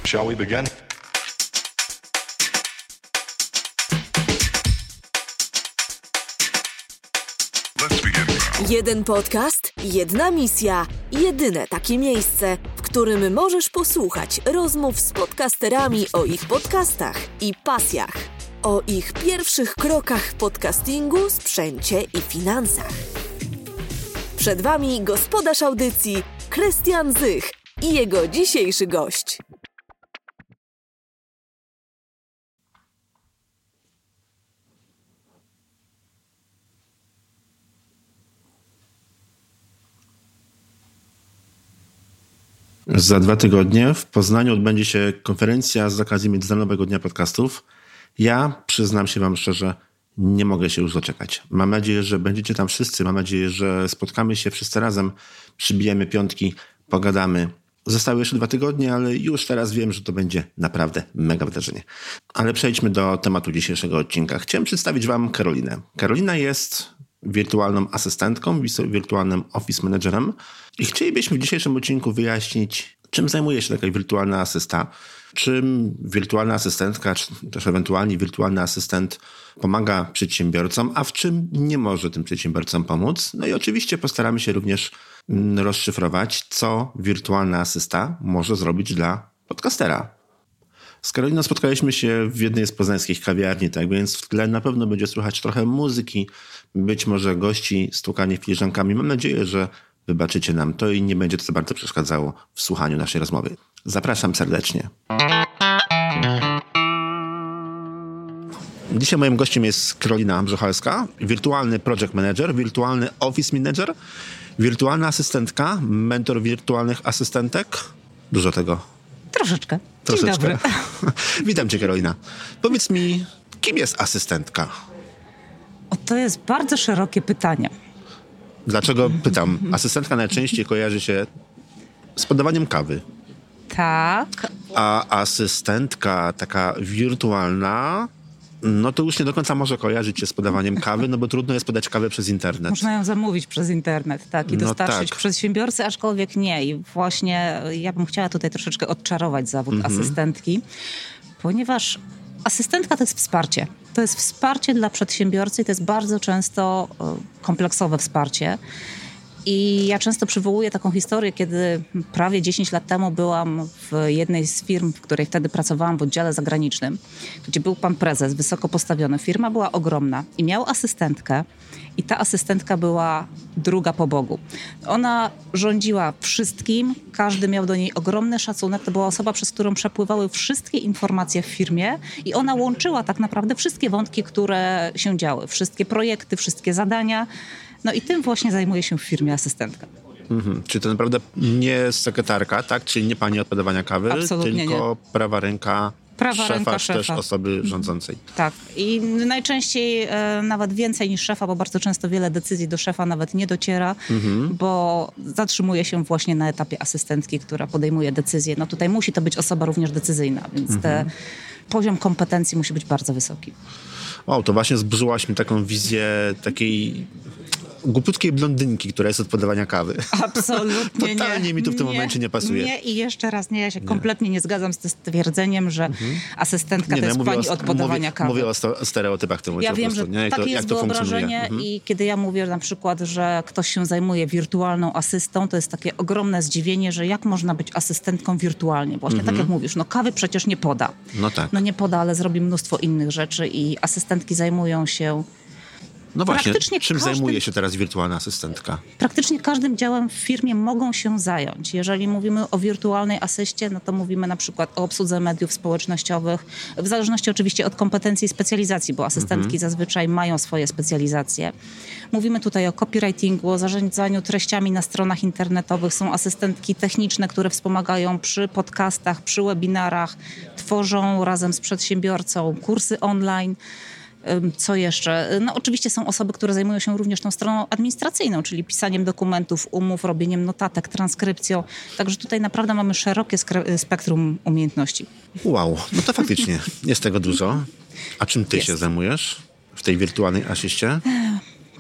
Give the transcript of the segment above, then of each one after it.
Shall we begin? Jeden podcast, jedna misja, jedyne takie miejsce, w którym możesz posłuchać rozmów z podcasterami o ich podcastach i pasjach, o ich pierwszych krokach w podcastingu, sprzęcie i finansach. Przed Wami gospodarz audycji Krystian Zych i jego dzisiejszy gość. Za 2 tygodnie w Poznaniu odbędzie się konferencja z okazji Międzynarodowego Dnia Podcastów. Ja, przyznam się wam szczerze, nie mogę się już doczekać. Mam nadzieję, że będziecie tam wszyscy. Mam nadzieję, że spotkamy się wszyscy razem, przybijemy piątki, pogadamy. Zostały jeszcze 2 tygodnie, ale już teraz wiem, że to będzie naprawdę mega wydarzenie. Ale przejdźmy do tematu dzisiejszego odcinka. Chciałem przedstawić wam Karolinę. Karolina jest wirtualną asystentką, wirtualnym office managerem i chcielibyśmy w dzisiejszym odcinku wyjaśnić, czym zajmuje się taka wirtualna asysta, czym wirtualna asystentka, czy też ewentualnie wirtualny asystent pomaga przedsiębiorcom, a w czym nie może tym przedsiębiorcom pomóc. No i oczywiście postaramy się również rozszyfrować, co wirtualna asysta może zrobić dla podcastera. Z Karoliną spotkaliśmy się w jednej z poznańskich kawiarni, tak więc w tle na pewno będzie słychać trochę muzyki, być może gości, stukanie filiżankami. Mam nadzieję, że wybaczycie nam to i nie będzie to za bardzo przeszkadzało w słuchaniu naszej rozmowy. Zapraszam serdecznie. Dzisiaj moim gościem jest Karolina Brzochalska, wirtualny project manager, wirtualny office manager, wirtualna asystentka, mentor wirtualnych asystentek. Dużo tego. Troszeczkę. Dzień dobry. Witam cię, Karolina. Powiedz mi, kim jest asystentka? To jest bardzo szerokie pytanie. Dlaczego pytam? Asystentka najczęściej kojarzy się z podawaniem kawy. Tak. A asystentka taka wirtualna, no to już nie do końca może kojarzyć się z podawaniem kawy, no bo trudno jest podać kawę przez internet. Można ją zamówić przez internet, tak, i dostarczyć przedsiębiorcy, aczkolwiek nie. I właśnie ja bym chciała tutaj troszeczkę odczarować zawód asystentki, ponieważ asystentka to jest wsparcie. To jest wsparcie dla przedsiębiorcy i to jest bardzo często kompleksowe wsparcie. I ja często przywołuję taką historię, kiedy prawie 10 lat temu byłam w jednej z firm, w której wtedy pracowałam w oddziale zagranicznym, gdzie był pan prezes, wysoko postawiony. Firma była ogromna i miał asystentkę i ta asystentka była druga po Bogu. Ona rządziła wszystkim, każdy miał do niej ogromny szacunek. To była osoba, przez którą przepływały wszystkie informacje w firmie i ona łączyła tak naprawdę wszystkie wątki, które się działy. Wszystkie projekty, wszystkie zadania. No i tym właśnie zajmuje się w firmie asystentka. Czyli to naprawdę nie sekretarka, tak? Czyli nie pani od podawania kawy, absolutnie tylko nie. Prawa ręka szefa, czy też osoby rządzącej. Tak. I najczęściej nawet więcej niż szefa, bo bardzo często wiele decyzji do szefa nawet nie dociera, bo zatrzymuje się właśnie na etapie asystentki, która podejmuje decyzje. No tutaj musi to być osoba również decyzyjna, więc poziom kompetencji musi być bardzo wysoki. O, to właśnie zburzyłaś mi taką wizję takiej głupiutkiej blondynki, która jest od podawania kawy. Absolutnie nie. Totalnie mi to w tym momencie nie pasuje. Nie i jeszcze raz nie. Ja się kompletnie nie zgadzam z tym stwierdzeniem, że asystentka to jest pani od podawania kawy. Mówię o stereotypach w tym momencie. Ja wiem, że takie jest wyobrażenie i kiedy ja mówię na przykład, że ktoś się zajmuje wirtualną asystą, to jest takie ogromne zdziwienie, że jak można być asystentką wirtualnie. Właśnie tak jak mówisz, no kawy przecież nie poda. No tak. No nie poda, ale zrobi mnóstwo innych rzeczy i asystentki zajmują się... No właśnie, czym zajmuje się teraz wirtualna asystentka? Praktycznie każdym działem w firmie mogą się zająć. Jeżeli mówimy o wirtualnej asyście, no to mówimy na przykład o obsłudze mediów społecznościowych, w zależności oczywiście od kompetencji i specjalizacji, bo asystentki zazwyczaj mają swoje specjalizacje. Mówimy tutaj o copywritingu, o zarządzaniu treściami na stronach internetowych. Są asystentki techniczne, które wspomagają przy podcastach, przy webinarach, tworzą razem z przedsiębiorcą kursy online. Co jeszcze? No oczywiście są osoby, które zajmują się również tą stroną administracyjną, czyli pisaniem dokumentów, umów, robieniem notatek, transkrypcją. Także tutaj naprawdę mamy szerokie spektrum umiejętności. Wow, no to faktycznie jest tego dużo. A czym ty się zajmujesz w tej wirtualnej asyście?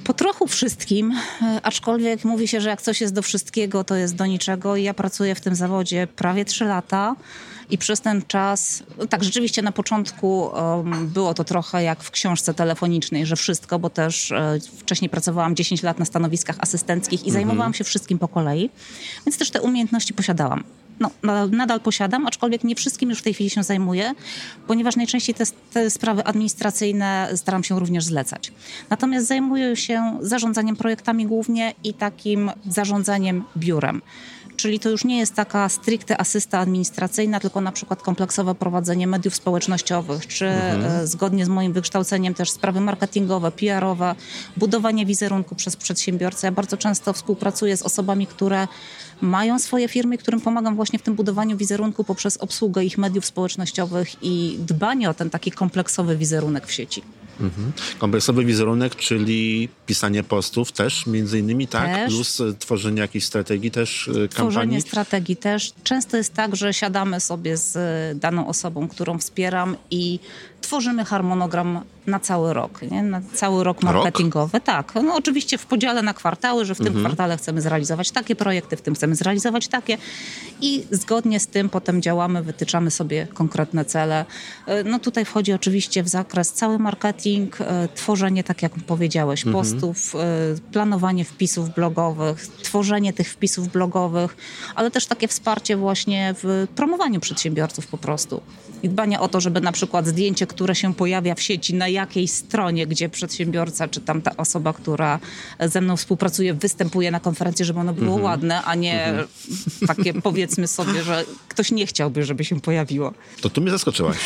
Po trochu wszystkim, aczkolwiek mówi się, że jak coś jest do wszystkiego, to jest do niczego. I ja pracuję w tym zawodzie prawie 3 lata i przez ten czas, tak rzeczywiście na początku było to trochę jak w książce telefonicznej, że wszystko, bo też wcześniej pracowałam 10 lat na stanowiskach asystenckich i zajmowałam się wszystkim po kolei, więc też te umiejętności posiadałam. No, nadal posiadam, aczkolwiek nie wszystkim już w tej chwili się zajmuję, ponieważ najczęściej te sprawy administracyjne staram się również zlecać. Natomiast zajmuję się zarządzaniem projektami głównie i takim zarządzaniem biurem. Czyli to już nie jest taka stricte asysta administracyjna, tylko na przykład kompleksowe prowadzenie mediów społecznościowych, czy zgodnie z moim wykształceniem też sprawy marketingowe, PR-owe, budowanie wizerunku przez przedsiębiorcę. Ja bardzo często współpracuję z osobami, które mają swoje firmy, którym pomagam właśnie w tym budowaniu wizerunku poprzez obsługę ich mediów społecznościowych i dbanie o ten taki kompleksowy wizerunek w sieci. Kompleksowy wizerunek, czyli pisanie postów też między innymi, tak? Też. Plus tworzenie jakiejś strategii też, kampanii? Tworzenie strategii też. Często jest tak, że siadamy sobie z daną osobą, którą wspieram i tworzymy harmonogram na cały rok, nie? Na cały rok marketingowy. Tak, no oczywiście w podziale na kwartały, że w tym kwartale chcemy zrealizować takie projekty, w tym chcemy zrealizować takie i zgodnie z tym potem działamy, wytyczamy sobie konkretne cele. No tutaj wchodzi oczywiście w zakres cały marketing, tworzenie, tak jak powiedziałeś, postów, planowanie wpisów blogowych, tworzenie tych wpisów blogowych, ale też takie wsparcie właśnie w promowaniu przedsiębiorców po prostu. I dbanie o to, żeby na przykład zdjęcie, które się pojawia w sieci na jakiejś stronie, gdzie przedsiębiorca czy tam ta osoba, która ze mną współpracuje, występuje na konferencji, żeby ono było ładne, a nie takie powiedzmy sobie, że ktoś nie chciałby, żeby się pojawiło. To tu mnie zaskoczyłaś.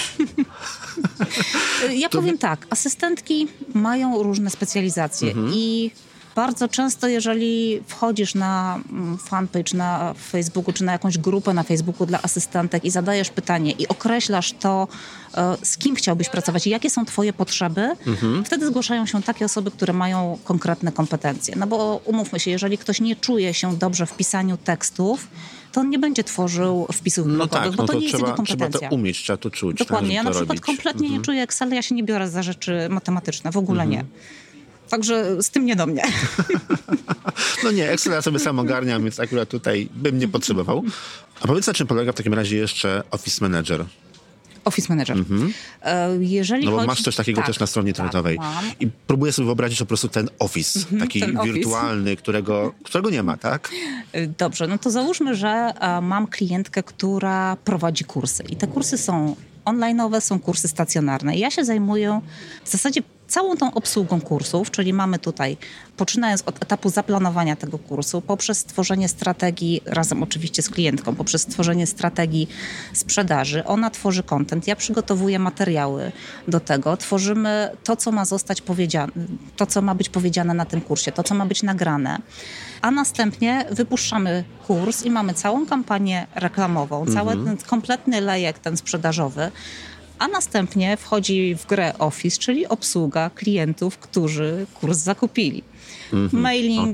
Ja powiem tak, asystentki mają różne specjalizacje i bardzo często, jeżeli wchodzisz na fanpage na Facebooku, czy na jakąś grupę na Facebooku dla asystentek i zadajesz pytanie i określasz to, z kim chciałbyś pracować i jakie są twoje potrzeby, wtedy zgłaszają się takie osoby, które mają konkretne kompetencje. No bo umówmy się, jeżeli ktoś nie czuje się dobrze w pisaniu tekstów, to on nie będzie tworzył wpisów blogowych, bo to nie jest jego kompetencja. Trzeba to umieć, trzeba to czuć. Dokładnie. Ja na przykład robić. kompletnie nie czuję Excel, ja się nie biorę za rzeczy matematyczne, w ogóle nie. Także z tym nie do mnie. No nie, Excel ja sobie sam ogarniam, więc akurat tutaj bym nie potrzebował. A powiedz, na czym polega w takim razie jeszcze Office Manager? Office Manager. Jeżeli no bo chodzi... masz coś takiego też na stronie internetowej. I próbuję sobie wyobrazić po prostu ten Office, taki ten wirtualny, którego nie ma, tak? Dobrze, no to załóżmy, że mam klientkę, która prowadzi kursy. I te kursy są online'owe, są kursy stacjonarne. I ja się zajmuję w zasadzie całą tą obsługą kursów, czyli mamy tutaj, poczynając od etapu zaplanowania tego kursu, poprzez stworzenie strategii, razem oczywiście z klientką, poprzez stworzenie strategii sprzedaży. Ona tworzy content, ja przygotowuję materiały do tego, tworzymy to, co ma zostać powiedziane, to, co ma być powiedziane na tym kursie, to, co ma być nagrane. A następnie wypuszczamy kurs i mamy całą kampanię reklamową, cały ten kompletny lejek ten sprzedażowy, a następnie wchodzi w grę Office, czyli obsługa klientów, którzy kurs zakupili. Mailing,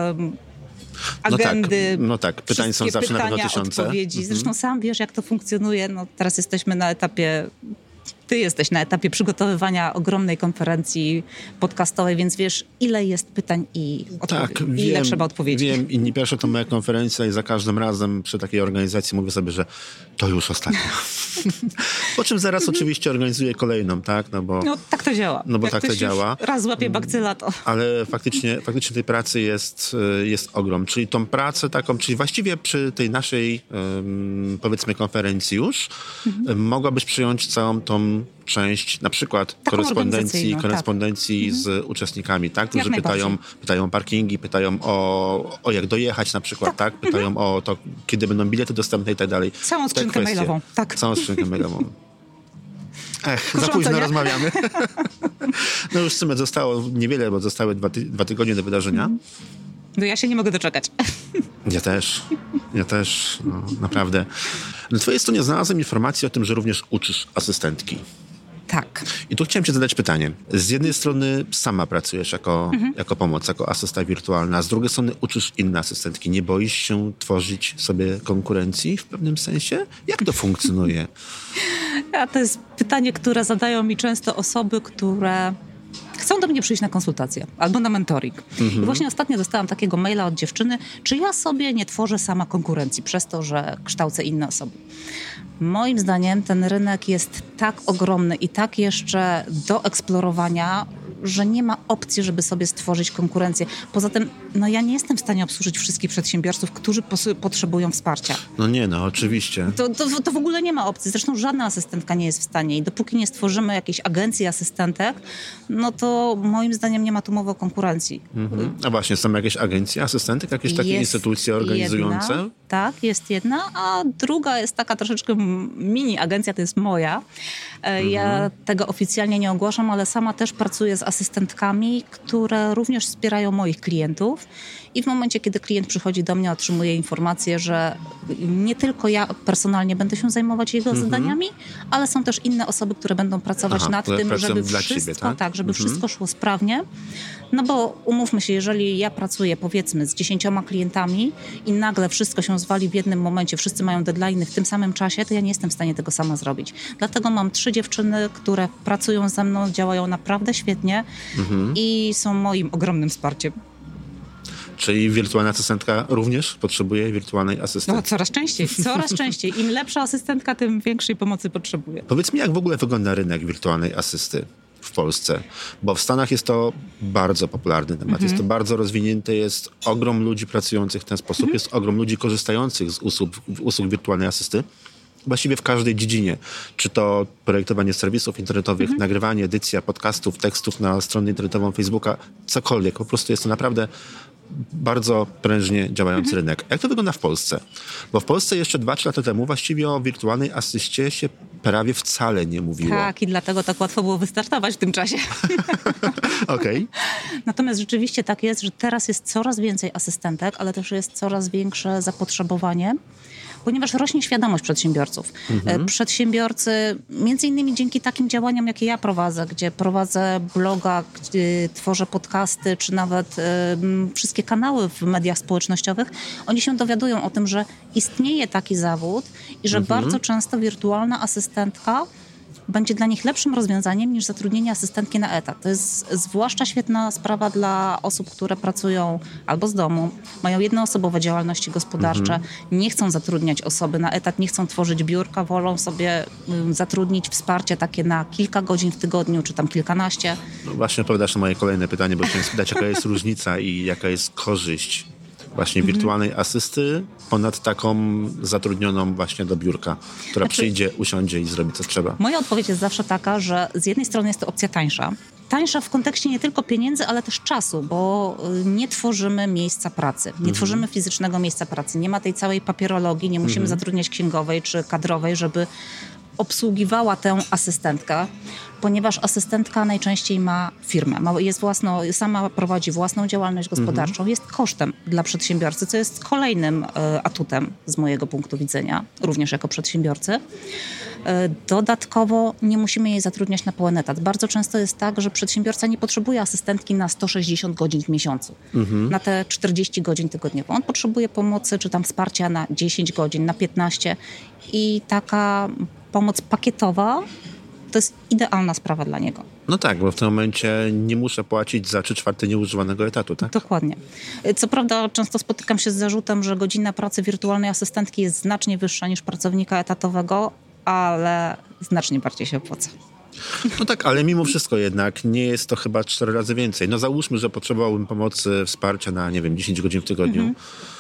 agendy, no tak, pytań są zawsze na pewno tysiące. Odpowiedzi. Zresztą sam wiesz, jak to funkcjonuje. No, teraz jesteśmy na etapie... Ty jesteś na etapie przygotowywania ogromnej konferencji podcastowej, więc wiesz, ile jest pytań i ile trzeba odpowiedzieć. Wiem, i nie pierwsza to moja konferencja i za każdym razem przy takiej organizacji mówię sobie, że to już ostatnia. Po czym zaraz oczywiście organizuję kolejną, tak? No tak to działa. No bo jak tak to działa. Raz złapie bakcyla, to... Ale faktycznie tej pracy jest ogrom. Czyli tą pracę taką, czyli właściwie przy tej naszej powiedzmy konferencji już mogłabyś przyjąć całą tą część na przykład korespondencji z uczestnikami, tak? Którzy pytają o parkingi, pytają o jak dojechać na przykład, tak? Pytają o to, kiedy będą bilety dostępne i tak dalej. Całą skrzynkę mailową. Tak. Całą skrzynkę mailową. Za późno rozmawiamy. No już w sumie zostało niewiele, bo zostały 2 tygodnie do wydarzenia. No ja się nie mogę doczekać. Ja też, no, naprawdę. Na twojej stronie znalazłem informację o tym, że również uczysz asystentki. Tak. I tu chciałem cię zadać pytanie. Z jednej strony sama pracujesz jako pomoc, jako asysta wirtualna, a z drugiej strony uczysz inne asystentki. Nie boisz się tworzyć sobie konkurencji w pewnym sensie? Jak to funkcjonuje? To jest pytanie, które zadają mi często osoby, które chcą chcą do mnie przyjść na konsultację albo na mentoring. I właśnie ostatnio dostałam takiego maila od dziewczyny, czy ja sobie nie tworzę sama konkurencji przez to, że kształcę inne osoby. Moim zdaniem ten rynek jest tak ogromny i tak jeszcze do eksplorowania, że nie ma opcji, żeby sobie stworzyć konkurencję. Poza tym, ja nie jestem w stanie obsłużyć wszystkich przedsiębiorców, którzy potrzebują wsparcia. Oczywiście. To w ogóle nie ma opcji. Zresztą żadna asystentka nie jest w stanie. I dopóki nie stworzymy jakiejś agencji asystentek, to moim zdaniem nie ma tu mowy o konkurencji. A właśnie, są jakieś agencje asystentek? Jakieś takie instytucje organizujące? Tak, jest jedna, a druga jest taka troszeczkę mini agencja, to jest moja. Ja tego oficjalnie nie ogłaszam, ale sama też pracuję z asystentkami, które również wspierają moich klientów. I w momencie, kiedy klient przychodzi do mnie, otrzymuje informację, że nie tylko ja personalnie będę się zajmować jego zadaniami, ale są też inne osoby, które będą pracować nad tym, żeby wszystko, żeby wszystko szło sprawnie. Bo umówmy się, jeżeli ja pracuję powiedzmy z 10 klientami i nagle wszystko się zwali w jednym momencie, wszyscy mają deadline'y w tym samym czasie, to ja nie jestem w stanie tego sama zrobić. Dlatego mam 3 dziewczyny, które pracują ze mną, działają naprawdę świetnie i są moim ogromnym wsparciem. Czyli wirtualna asystentka również potrzebuje wirtualnej asystentki? Coraz częściej. Im lepsza asystentka, tym większej pomocy potrzebuje. Powiedz mi, jak w ogóle wygląda rynek wirtualnej asysty w Polsce? Bo w Stanach jest to bardzo popularny temat, jest to bardzo rozwinięte, jest ogrom ludzi pracujących w ten sposób, jest ogrom ludzi korzystających z usług wirtualnej asysty. Właściwie w każdej dziedzinie. Czy to projektowanie serwisów internetowych, nagrywanie, edycja podcastów, tekstów na stronę internetową Facebooka, cokolwiek. Po prostu jest to naprawdę bardzo prężnie działający rynek. Jak to wygląda w Polsce? Bo w Polsce jeszcze 2-3 lata temu właściwie o wirtualnej asyście się prawie wcale nie mówiło. Tak, i dlatego tak łatwo było wystartować w tym czasie. Okej. Natomiast rzeczywiście tak jest, że teraz jest coraz więcej asystentek, ale też jest coraz większe zapotrzebowanie, ponieważ rośnie świadomość przedsiębiorców. Przedsiębiorcy, między innymi dzięki takim działaniom, jakie ja prowadzę, gdzie prowadzę bloga, gdzie tworzę podcasty, czy nawet wszystkie kanały w mediach społecznościowych, oni się dowiadują o tym, że istnieje taki zawód i że bardzo często wirtualna asystentka będzie dla nich lepszym rozwiązaniem niż zatrudnienie asystentki na etat. To jest zwłaszcza świetna sprawa dla osób, które pracują albo z domu, mają jednoosobowe działalności gospodarcze, nie chcą zatrudniać osoby na etat, nie chcą tworzyć biurka, wolą sobie zatrudnić wsparcie takie na kilka godzin w tygodniu, czy tam kilkanaście. Właśnie odpowiadasz na moje kolejne pytanie, bo chciałem spytać, jaka jest różnica i jaka jest korzyść właśnie wirtualnej asysty ponad taką zatrudnioną właśnie do biurka, która przyjdzie, usiądzie i zrobi co trzeba. Moja odpowiedź jest zawsze taka, że z jednej strony jest to opcja tańsza. Tańsza w kontekście nie tylko pieniędzy, ale też czasu, bo nie tworzymy miejsca pracy, nie tworzymy fizycznego miejsca pracy. Nie ma tej całej papierologii, nie musimy zatrudniać księgowej czy kadrowej, żeby obsługiwała tę asystentkę, ponieważ asystentka najczęściej ma firmę, sama prowadzi własną działalność gospodarczą, jest kosztem dla przedsiębiorcy, co jest kolejnym atutem z mojego punktu widzenia, również jako przedsiębiorcy. Dodatkowo nie musimy jej zatrudniać na pełen etat. Bardzo często jest tak, że przedsiębiorca nie potrzebuje asystentki na 160 godzin w miesiącu, na te 40 godzin tygodniowo. On potrzebuje pomocy, czy tam wsparcia na 10 godzin, na 15 i taka pomoc pakietowa to jest idealna sprawa dla niego. No tak, bo w tym momencie nie muszę płacić za 3/4 nieużywanego etatu, tak? Dokładnie. Co prawda często spotykam się z zarzutem, że godzina pracy wirtualnej asystentki jest znacznie wyższa niż pracownika etatowego, ale znacznie bardziej się opłaca. No tak, ale mimo wszystko jednak nie jest to chyba 4 razy więcej. No załóżmy, że potrzebowałbym pomocy, wsparcia na, 10 godzin w tygodniu.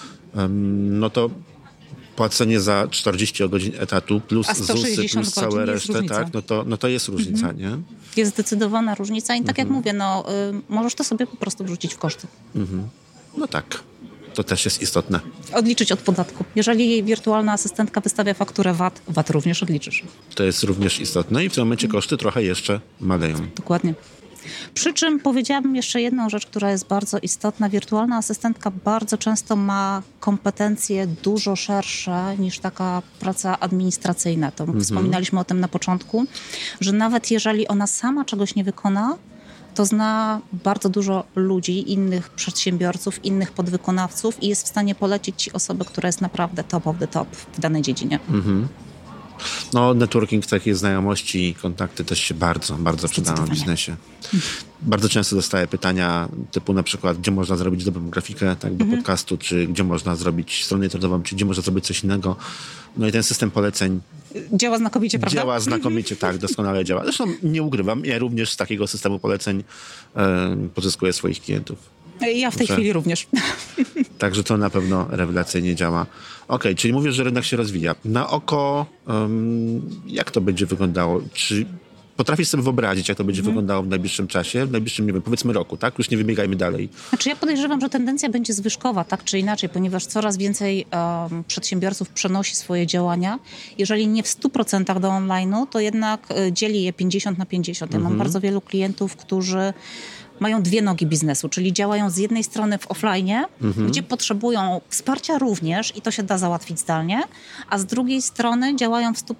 No to płacenie za 40 godzin etatu plus ZUS-y, plus całe resztę, tak, no to jest różnica, nie? Jest zdecydowana różnica i tak jak mówię, możesz to sobie po prostu wrzucić w koszty. No tak, to też jest istotne. Odliczyć od podatku. Jeżeli jej wirtualna asystentka wystawia fakturę VAT również odliczysz. To jest również istotne i w tym momencie koszty trochę jeszcze maleją. Dokładnie. Przy czym powiedziałabym jeszcze jedną rzecz, która jest bardzo istotna. Wirtualna asystentka bardzo często ma kompetencje dużo szersze niż taka praca administracyjna. To wspominaliśmy o tym na początku, że nawet jeżeli ona sama czegoś nie wykona, to zna bardzo dużo ludzi, innych przedsiębiorców, innych podwykonawców i jest w stanie polecić ci osobę, która jest naprawdę top of the top w danej dziedzinie. No, networking, takie znajomości, kontakty też się bardzo, bardzo przydają w biznesie. Bardzo często dostaję pytania typu na przykład, gdzie można zrobić dobrą grafikę do podcastu, czy gdzie można zrobić stronę internetową, czy gdzie można zrobić coś innego. No i ten system poleceń działa znakomicie, prawda? Działa znakomicie, tak, doskonale działa. Zresztą nie ukrywam, ja również z takiego systemu poleceń pozyskuję swoich klientów. Ja w tej chwili również. Także to na pewno rewelacyjnie działa. Okej, czyli mówisz, że rynek się rozwija. Na oko jak to będzie wyglądało? Czy potrafisz sobie wyobrazić, jak to będzie wyglądało w najbliższym czasie, w najbliższym, nie wiem, powiedzmy roku, tak? Już nie wybiegajmy dalej. Znaczy ja podejrzewam, że tendencja będzie zwyżkowa, tak czy inaczej, ponieważ coraz więcej przedsiębiorców przenosi swoje działania. Jeżeli nie w 100% do online'u, to jednak dzieli je 50/50. Ja mam bardzo wielu klientów, którzy mają dwie nogi biznesu, czyli działają z jednej strony w offline, gdzie potrzebują wsparcia również i to się da załatwić zdalnie, a z drugiej strony działają w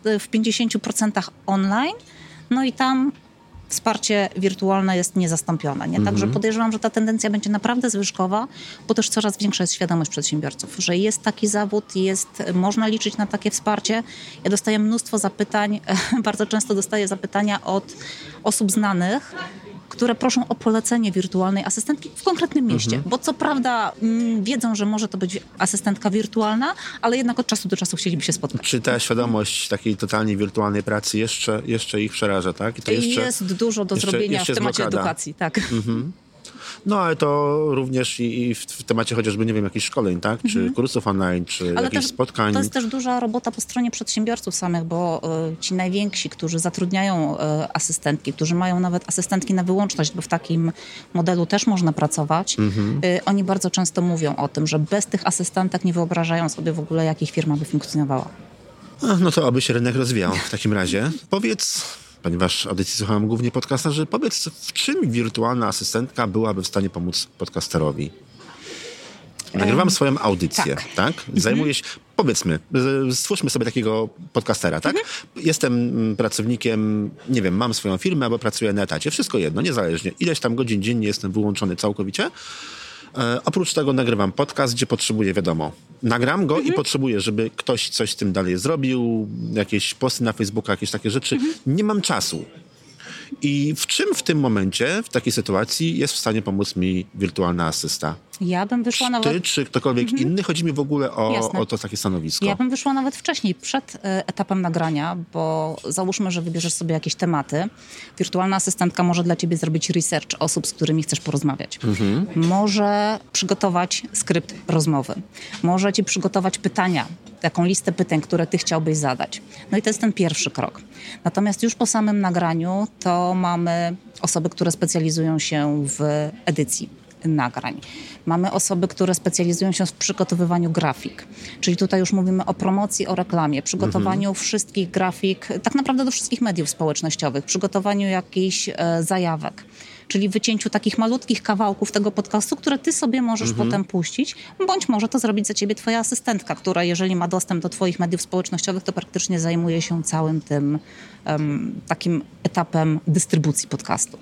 50% online, no i tam wsparcie wirtualne jest niezastąpione. Nie? Także podejrzewam, że ta tendencja będzie naprawdę zwyżkowa, bo też coraz większa jest świadomość przedsiębiorców, że jest taki zawód, można liczyć na takie wsparcie. Ja dostaję mnóstwo zapytań, bardzo często dostaję zapytania od osób znanych, które proszą o polecenie wirtualnej asystentki w konkretnym mieście. Bo co prawda wiedzą, że może to być asystentka wirtualna, ale jednak od czasu do czasu chcieliby się spotkać. Czy ta świadomość takiej totalnie wirtualnej pracy jeszcze ich przeraża, tak? I to jest dużo do zrobienia w temacie edukacji, tak. No, ale to również i w temacie chociażby, nie wiem, jakichś szkoleń, tak? Czy kursów online, czy ale jakichś spotkań. To jest też duża robota po stronie przedsiębiorców samych, bo ci najwięksi, którzy zatrudniają asystentki, którzy mają nawet asystentki na wyłączność, bo w takim modelu też można pracować, oni bardzo często mówią o tym, że bez tych asystentek nie wyobrażają sobie w ogóle, jak ich firma by funkcjonowała. No to aby się rynek rozwijał w takim razie. Powiedz, ponieważ audycji słuchałem głównie podcasterzy, powiedz, w czym wirtualna asystentka byłaby w stanie pomóc podcasterowi? Nagrywam swoją audycję, tak? Zajmuję się, powiedzmy, stwórzmy sobie takiego podcastera, tak? Jestem pracownikiem, nie wiem, mam swoją firmę albo pracuję na etacie, wszystko jedno, niezależnie. Ileś tam godzin dziennie jestem wyłączony całkowicie. Oprócz tego nagrywam podcast, gdzie potrzebuję, wiadomo, nagram go i potrzebuję, żeby ktoś coś z tym dalej zrobił, jakieś posty na Facebooka, jakieś takie rzeczy. Nie mam czasu. I w czym w tym momencie, w takiej sytuacji jest w stanie pomóc mi wirtualna asysta? Ja bym wyszła nawet... Ty, czy ktokolwiek inny? Chodzi mi w ogóle o to takie stanowisko. Ja bym wyszła nawet wcześniej, przed etapem nagrania, bo załóżmy, że wybierzesz sobie jakieś tematy. Wirtualna asystentka może dla ciebie zrobić research osób, z którymi chcesz porozmawiać. Może przygotować skrypt rozmowy. Może ci przygotować pytania, taką listę pytań, które ty chciałbyś zadać. No i to jest ten pierwszy krok. Natomiast już po samym nagraniu to mamy osoby, które specjalizują się w edycji nagrań. Mamy osoby, które specjalizują się w przygotowywaniu grafik. Czyli tutaj już mówimy o promocji, o reklamie, przygotowaniu wszystkich grafik, tak naprawdę do wszystkich mediów społecznościowych, przygotowaniu jakichś zajawek. Czyli wycięciu takich malutkich kawałków tego podcastu, które ty sobie możesz potem puścić, bądź może to zrobić za ciebie twoja asystentka, która jeżeli ma dostęp do twoich mediów społecznościowych, to praktycznie zajmuje się całym tym takim etapem dystrybucji podcastu.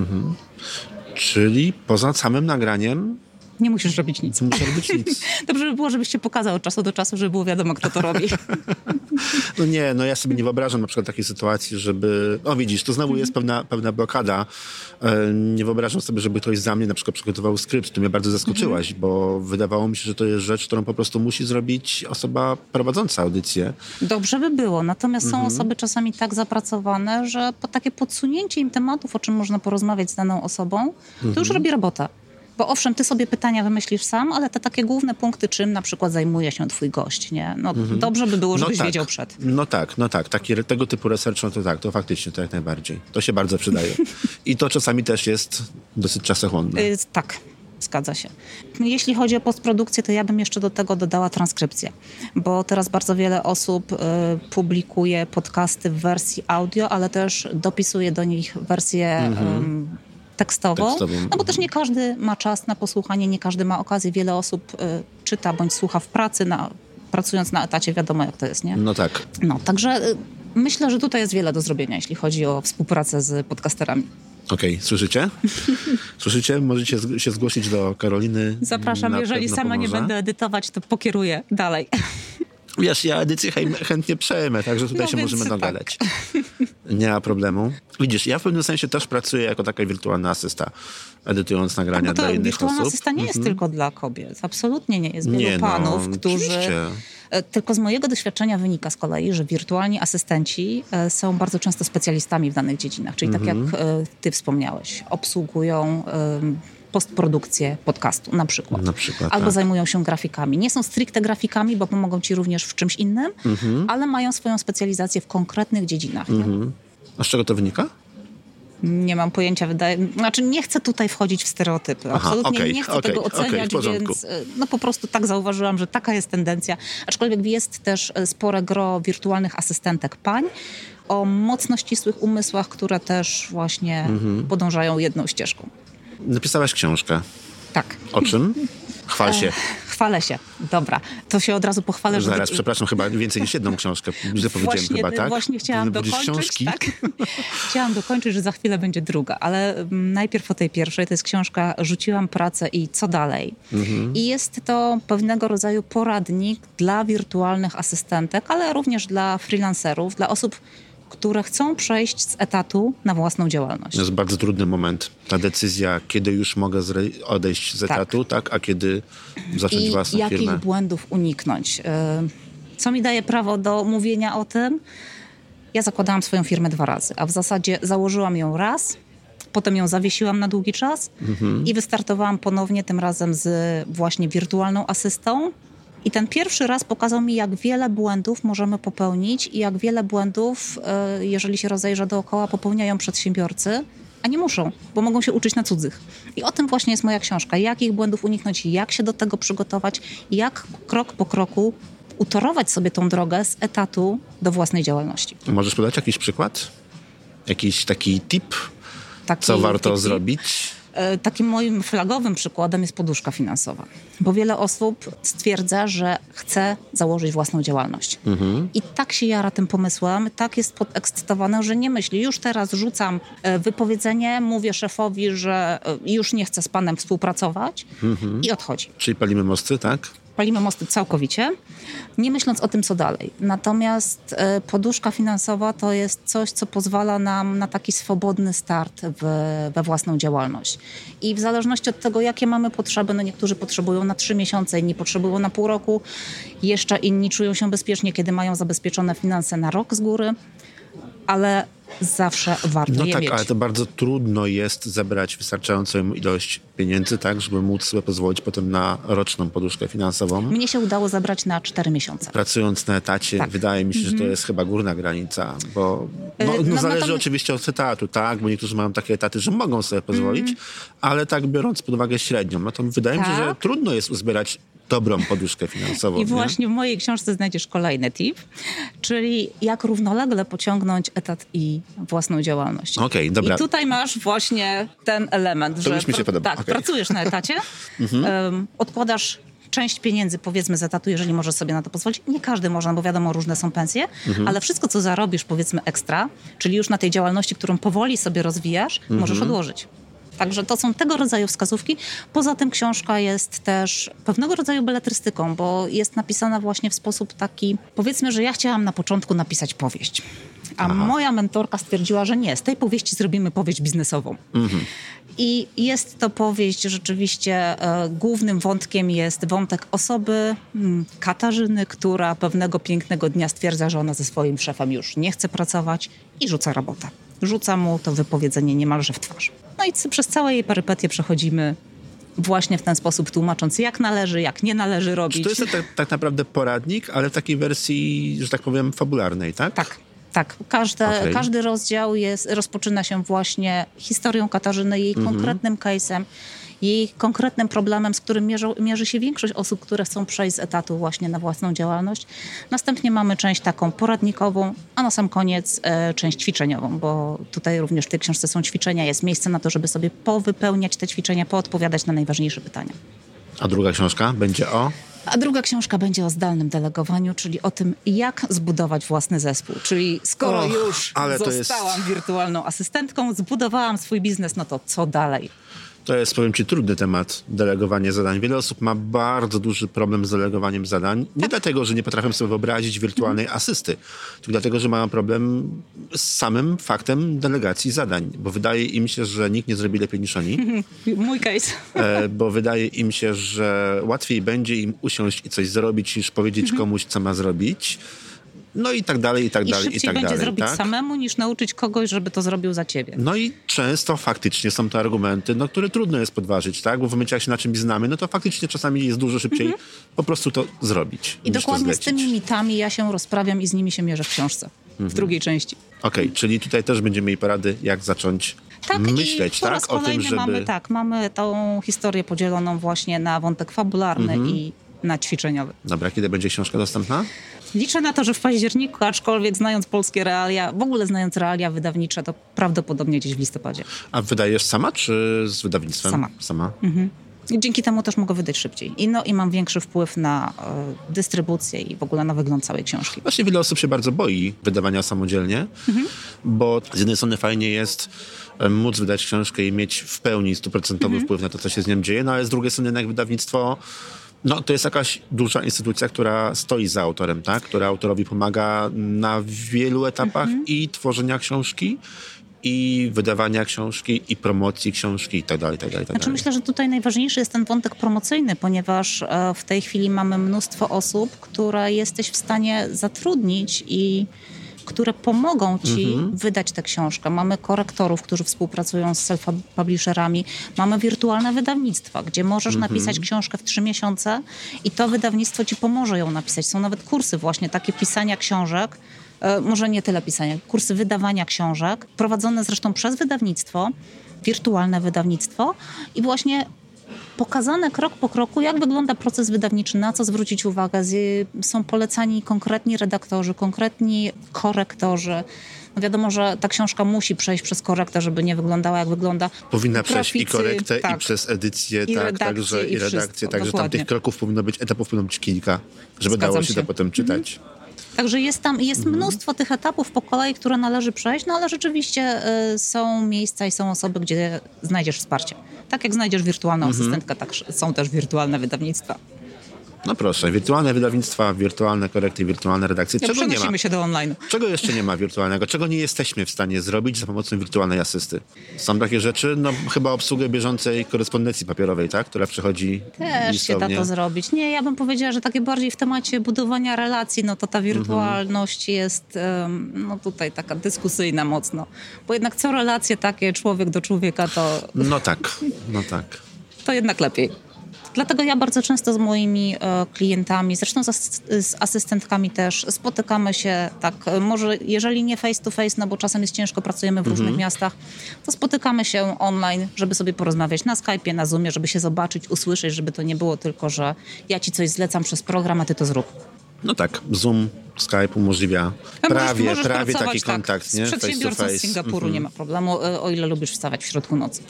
Czyli poza samym nagraniem nie musisz robić nic. Nie muszę robić nic. Dobrze by było, żebyś się pokazał od czasu do czasu, żeby było wiadomo, kto to robi. No nie, ja sobie nie wyobrażam na przykład takiej sytuacji, żeby... O widzisz, to znowu jest pewna blokada. Nie wyobrażam sobie, żeby ktoś za mnie na przykład przygotował skrypt. Tu mnie bardzo zaskoczyłaś, bo wydawało mi się, że to jest rzecz, którą po prostu musi zrobić osoba prowadząca audycję. Dobrze by było, natomiast są osoby czasami tak zapracowane, że po takie podsunięcie im tematów, o czym można porozmawiać z daną osobą, to już robi robotę. Bo owszem, ty sobie pytania wymyślisz sam, ale te takie główne punkty, czym na przykład zajmuje się twój gość, nie? No dobrze by było, żebyś wiedział przed. No tak. Tego typu research, no to tak, to faktycznie, to jak najbardziej. To się bardzo przydaje. I to czasami też jest dosyć czasochłonne. Tak. Zgadza się. Jeśli chodzi o postprodukcję, to ja bym jeszcze do tego dodała transkrypcję, bo teraz bardzo wiele osób publikuje podcasty w wersji audio, ale też dopisuje do nich wersję tekstową, no bo też nie każdy ma czas na posłuchanie, nie każdy ma okazję. Wiele osób czyta bądź słucha w pracy, pracując na etacie, wiadomo jak to jest, nie? No tak. No, także myślę, że tutaj jest wiele do zrobienia, jeśli chodzi o współpracę z podcasterami. Okej, słyszycie? Słyszycie? Możecie się zgłosić do Karoliny. Zapraszam, jeżeli sama nie będę edytować, to pokieruję dalej. Wiesz, ja edycję chętnie przejmę, także tutaj się możemy dogadać. Nie ma problemu. Widzisz, ja w pewnym sensie też pracuję jako taka wirtualna asysta, edytując nagrania dla innych osób. Wirtualna asysta nie jest tylko dla kobiet. Absolutnie nie jest. Wielu panów, którzy... Oczywiście. Tylko z mojego doświadczenia wynika z kolei, że wirtualni asystenci są bardzo często specjalistami w danych dziedzinach. Czyli tak jak ty wspomniałeś, obsługują postprodukcję podcastu na przykład. Albo zajmują się grafikami. Nie są stricte grafikami, bo pomogą ci również w czymś innym, ale mają swoją specjalizację w konkretnych dziedzinach. Nie? A z czego to wynika? Nie mam pojęcia, znaczy nie chcę tutaj wchodzić w stereotypy. Absolutnie nie chcę tego oceniać, więc po prostu tak zauważyłam, że taka jest tendencja. Aczkolwiek jest też spore gro wirtualnych asystentek pań o mocno ścisłych umysłach, które też właśnie podążają jedną ścieżką. Napisałaś książkę. Tak. O czym? Chwal się. Chwalę się. Dobra. To się od razu pochwalę. Zaraz, przepraszam, chyba więcej niż jedną książkę. Źle powiedziałem chyba, tak? Właśnie chciałam dokończyć. Tak? Chciałam dokończyć, że za chwilę będzie druga, ale najpierw o tej pierwszej. To jest książka Rzuciłam pracę i co dalej? I jest to pewnego rodzaju poradnik dla wirtualnych asystentek, ale również dla freelancerów, dla osób, które chcą przejść z etatu na własną działalność. To jest bardzo trudny moment. Ta decyzja, kiedy już mogę odejść z etatu, tak? A kiedy zacząć własną firmę. I jakich błędów uniknąć. Co mi daje prawo do mówienia o tym? Ja zakładałam swoją firmę 2 razy, a w zasadzie założyłam ją raz, potem ją zawiesiłam na długi czas i wystartowałam ponownie, tym razem z właśnie wirtualną asystą. I ten pierwszy raz pokazał mi, jak wiele błędów możemy popełnić i jak wiele błędów, jeżeli się rozejrzę dookoła, popełniają przedsiębiorcy, a nie muszą, bo mogą się uczyć na cudzych. I o tym właśnie jest moja książka. Jakich błędów uniknąć, jak się do tego przygotować, jak krok po kroku utorować sobie tą drogę z etatu do własnej działalności. Możesz podać jakiś przykład? Jakiś taki tip? Co warto zrobić? Takim moim flagowym przykładem jest poduszka finansowa. Bo wiele osób stwierdza, że chce założyć własną działalność. I tak się jara tym pomysłem, tak jest podekscytowane, że nie myśli. Już teraz rzucam wypowiedzenie, mówię szefowi, że już nie chcę z panem współpracować i odchodzi. Czyli palimy mosty, tak? Palimy mosty całkowicie, nie myśląc o tym, co dalej. Natomiast poduszka finansowa to jest coś, co pozwala nam na taki swobodny start we własną działalność. I w zależności od tego, jakie mamy potrzeby, niektórzy potrzebują na 3 miesiące, inni potrzebują na pół roku, jeszcze inni czują się bezpiecznie, kiedy mają zabezpieczone finanse na rok z góry, ale zawsze warto je mieć. Ale to bardzo trudno jest zebrać wystarczającą ilość pieniędzy, tak, żeby móc sobie pozwolić potem na roczną poduszkę finansową. Mnie się udało zebrać na 4 miesiące. Pracując na etacie, wydaje mi się, że to jest chyba górna granica, bo zależy oczywiście od etatu, tak, bo niektórzy mają takie etaty, że mogą sobie pozwolić, ale tak biorąc pod uwagę średnią, to wydaje mi się, że trudno jest uzbierać dobrą poduszkę finansową. I właśnie w mojej książce znajdziesz kolejny tip, czyli jak równolegle pociągnąć etat i własną działalność. Okej, dobra. I tutaj masz właśnie ten element, to że już mi się podoba. Pracujesz na etacie, odkładasz część pieniędzy, powiedzmy, z etatu, jeżeli możesz sobie na to pozwolić. Nie każdy może, bo wiadomo, różne są pensje, ale wszystko, co zarobisz, powiedzmy, ekstra, czyli już na tej działalności, którą powoli sobie rozwijasz, możesz odłożyć. Także to są tego rodzaju wskazówki. Poza tym książka jest też pewnego rodzaju beletrystyką, bo jest napisana właśnie w sposób taki, powiedzmy, że ja chciałam na początku napisać powieść. A moja mentorka stwierdziła, że nie, z tej powieści zrobimy powieść biznesową. I jest to powieść, rzeczywiście głównym wątkiem jest wątek osoby, Katarzyny, która pewnego pięknego dnia stwierdza, że ona ze swoim szefem już nie chce pracować i rzuca robotę. Rzuca mu to wypowiedzenie niemalże w twarz. No i przez całe jej perypetie przechodzimy właśnie w ten sposób, tłumacząc, jak należy, jak nie należy robić. Czy to jest tak naprawdę poradnik, ale w takiej wersji, że tak powiem, fabularnej, tak? Tak. Każdy rozdział rozpoczyna się właśnie historią Katarzyny, jej konkretnym case'em, jej konkretnym problemem, z którym mierzy się większość osób, które chcą przejść z etatu właśnie na własną działalność. Następnie mamy część taką poradnikową, a na sam koniec część ćwiczeniową, bo tutaj również w tej książce są ćwiczenia, jest miejsce na to, żeby sobie powypełniać te ćwiczenia, poodpowiadać na najważniejsze pytania. A druga książka będzie o? A druga książka będzie o zdalnym delegowaniu, czyli o tym, jak zbudować własny zespół. Czyli skoro już zostałam wirtualną asystentką, zbudowałam swój biznes, no to co dalej? To jest, powiem ci, trudny temat, delegowanie zadań. Wiele osób ma bardzo duży problem z delegowaniem zadań. Nie dlatego, że nie potrafią sobie wyobrazić wirtualnej asysty, tylko dlatego, że mają problem z samym faktem delegacji zadań. Bo wydaje im się, że nikt nie zrobi lepiej niż oni. Mój case. Bo wydaje im się, że łatwiej będzie im usiąść i coś zrobić, niż powiedzieć komuś, co ma zrobić. No i tak dalej, i tak dalej, i tak dalej. I szybciej będzie zrobić samemu, niż nauczyć kogoś, żeby to zrobił za ciebie. No i często faktycznie są to argumenty, które trudno jest podważyć, tak? Bo w momencie, jak się na czymś znamy, no to faktycznie czasami jest dużo szybciej po prostu to zrobić. I dokładnie z tymi mitami ja się rozprawiam i z nimi się mierzę w książce, w drugiej części. Okej, czyli tutaj też będziemy mieli porady, jak zacząć myśleć, tak? O tym, żeby... Mamy tą historię podzieloną właśnie na wątek fabularny i na ćwiczeniowy. Dobra, kiedy będzie książka dostępna? Liczę na to, że w październiku, aczkolwiek znając polskie realia, w ogóle znając realia wydawnicze, to prawdopodobnie gdzieś w listopadzie. A wydajesz sama, czy z wydawnictwem? Sama. Dzięki temu też mogę wydać szybciej. I mam większy wpływ na dystrybucję i w ogóle na wygląd całej książki. Właśnie wiele osób się bardzo boi wydawania samodzielnie, bo z jednej strony fajnie jest móc wydać książkę i mieć w pełni 100% wpływ na to, co się z nią dzieje, no ale z drugiej strony jednak wydawnictwo to jest jakaś duża instytucja, która stoi za autorem, tak? Która autorowi pomaga na wielu etapach i tworzenia książki, i wydawania książki, i promocji książki, i tak dalej, tak dalej. Znaczy myślę, że tutaj najważniejszy jest ten wątek promocyjny, ponieważ w tej chwili mamy mnóstwo osób, które jesteś w stanie zatrudnić i które pomogą ci wydać tę książkę. Mamy korektorów, którzy współpracują z self-publisherami. Mamy wirtualne wydawnictwa, gdzie możesz napisać książkę w 3 miesiące i to wydawnictwo ci pomoże ją napisać. Są nawet kursy właśnie takie pisania książek, może nie tyle pisania, kursy wydawania książek, prowadzone zresztą przez wydawnictwo, wirtualne wydawnictwo i właśnie pokazane krok po kroku, jak wygląda proces wydawniczy, na co zwrócić uwagę. Są polecani konkretni redaktorzy, konkretni korektorzy. No wiadomo, że ta książka musi przejść przez korektę, żeby nie wyglądała jak wygląda. Powinna przejść i korektę, i przez edycję, i redakcję, także tam tych kroków powinno być, etapów powinno być kilka, żeby dało się to potem czytać. Także jest mnóstwo tych etapów po kolei, które należy przejść, no ale rzeczywiście są miejsca i są osoby, gdzie znajdziesz wsparcie. Tak jak znajdziesz wirtualną asystentkę, tak są też wirtualne wydawnictwa. No proszę, wirtualne wydawnictwa, wirtualne korekty, wirtualne redakcje. Czego nie ma? Się do online. Czego jeszcze nie ma wirtualnego? Czego nie jesteśmy w stanie zrobić za pomocą wirtualnej asysty? Są takie rzeczy, chyba obsługę bieżącej korespondencji papierowej, tak? Która przychodzi też listownie. Się da to zrobić. Nie, ja bym powiedziała, że takie bardziej w temacie budowania relacji, to ta wirtualność jest tutaj taka dyskusyjna mocno. Bo jednak co relacje takie człowiek do człowieka to... No tak. To jednak lepiej. Dlatego ja bardzo często z moimi klientami, zresztą z asystentkami też, spotykamy się tak, może jeżeli nie face to face, bo czasem jest ciężko, pracujemy w różnych miastach, to spotykamy się online, żeby sobie porozmawiać na Skype'ie, na Zoomie, żeby się zobaczyć, usłyszeć, żeby to nie było tylko, że ja ci coś zlecam przez program, a ty to zrób. No tak, Zoom, Skype umożliwia prawie taki kontakt, nie? Z przedsiębiorcą z Singapuru nie ma problemu, o ile lubisz wstawać w środku nocy.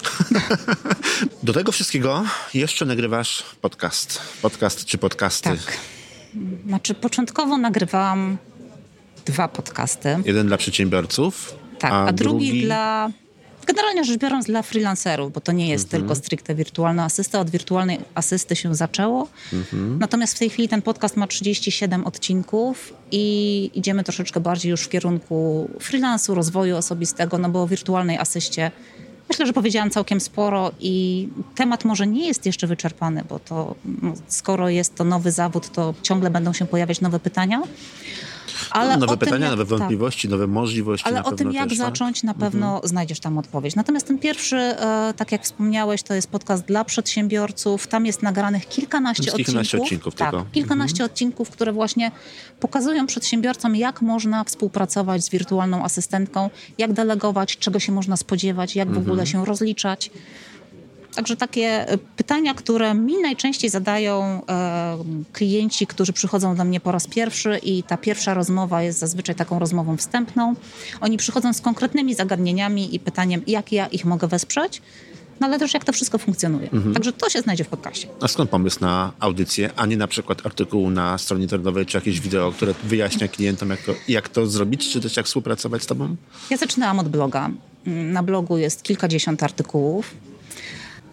Do tego wszystkiego jeszcze nagrywasz podcast czy podcasty. Tak. Znaczy początkowo nagrywałam 2 podcasty. Jeden dla przedsiębiorców, tak, a drugi dla... Generalnie rzecz biorąc dla freelancerów, bo to nie jest tylko stricte wirtualna asysta. Od wirtualnej asysty się zaczęło. Natomiast w tej chwili ten podcast ma 37 odcinków i idziemy troszeczkę bardziej już w kierunku freelansu, rozwoju osobistego, bo o wirtualnej asyście myślę, że powiedziałam całkiem sporo i temat może nie jest jeszcze wyczerpany, bo to skoro jest to nowy zawód, to ciągle będą się pojawiać nowe pytania. Ale nowe pytania, nowe wątpliwości, nowe możliwości. Ale o tym, jak zacząć, na pewno znajdziesz tam odpowiedź. Natomiast ten pierwszy, tak jak wspomniałeś, to jest podcast dla przedsiębiorców. Tam jest nagranych kilkanaście odcinków. Tak, kilkanaście odcinków, które właśnie pokazują przedsiębiorcom, jak można współpracować z wirtualną asystentką, jak delegować, czego się można spodziewać, jak w ogóle się rozliczać. Także takie pytania, które mi najczęściej zadają klienci, którzy przychodzą do mnie po raz pierwszy i ta pierwsza rozmowa jest zazwyczaj taką rozmową wstępną. Oni przychodzą z konkretnymi zagadnieniami i pytaniem, jak ja ich mogę wesprzeć, ale też jak to wszystko funkcjonuje. Także to się znajdzie w podcaście. A skąd pomysł na audycję, a nie na przykład artykuł na stronie internetowej, czy jakieś wideo, które wyjaśnia klientom, jak to zrobić, czy też jak współpracować z tobą? Ja zaczynałam od bloga. Na blogu jest kilkadziesiąt artykułów.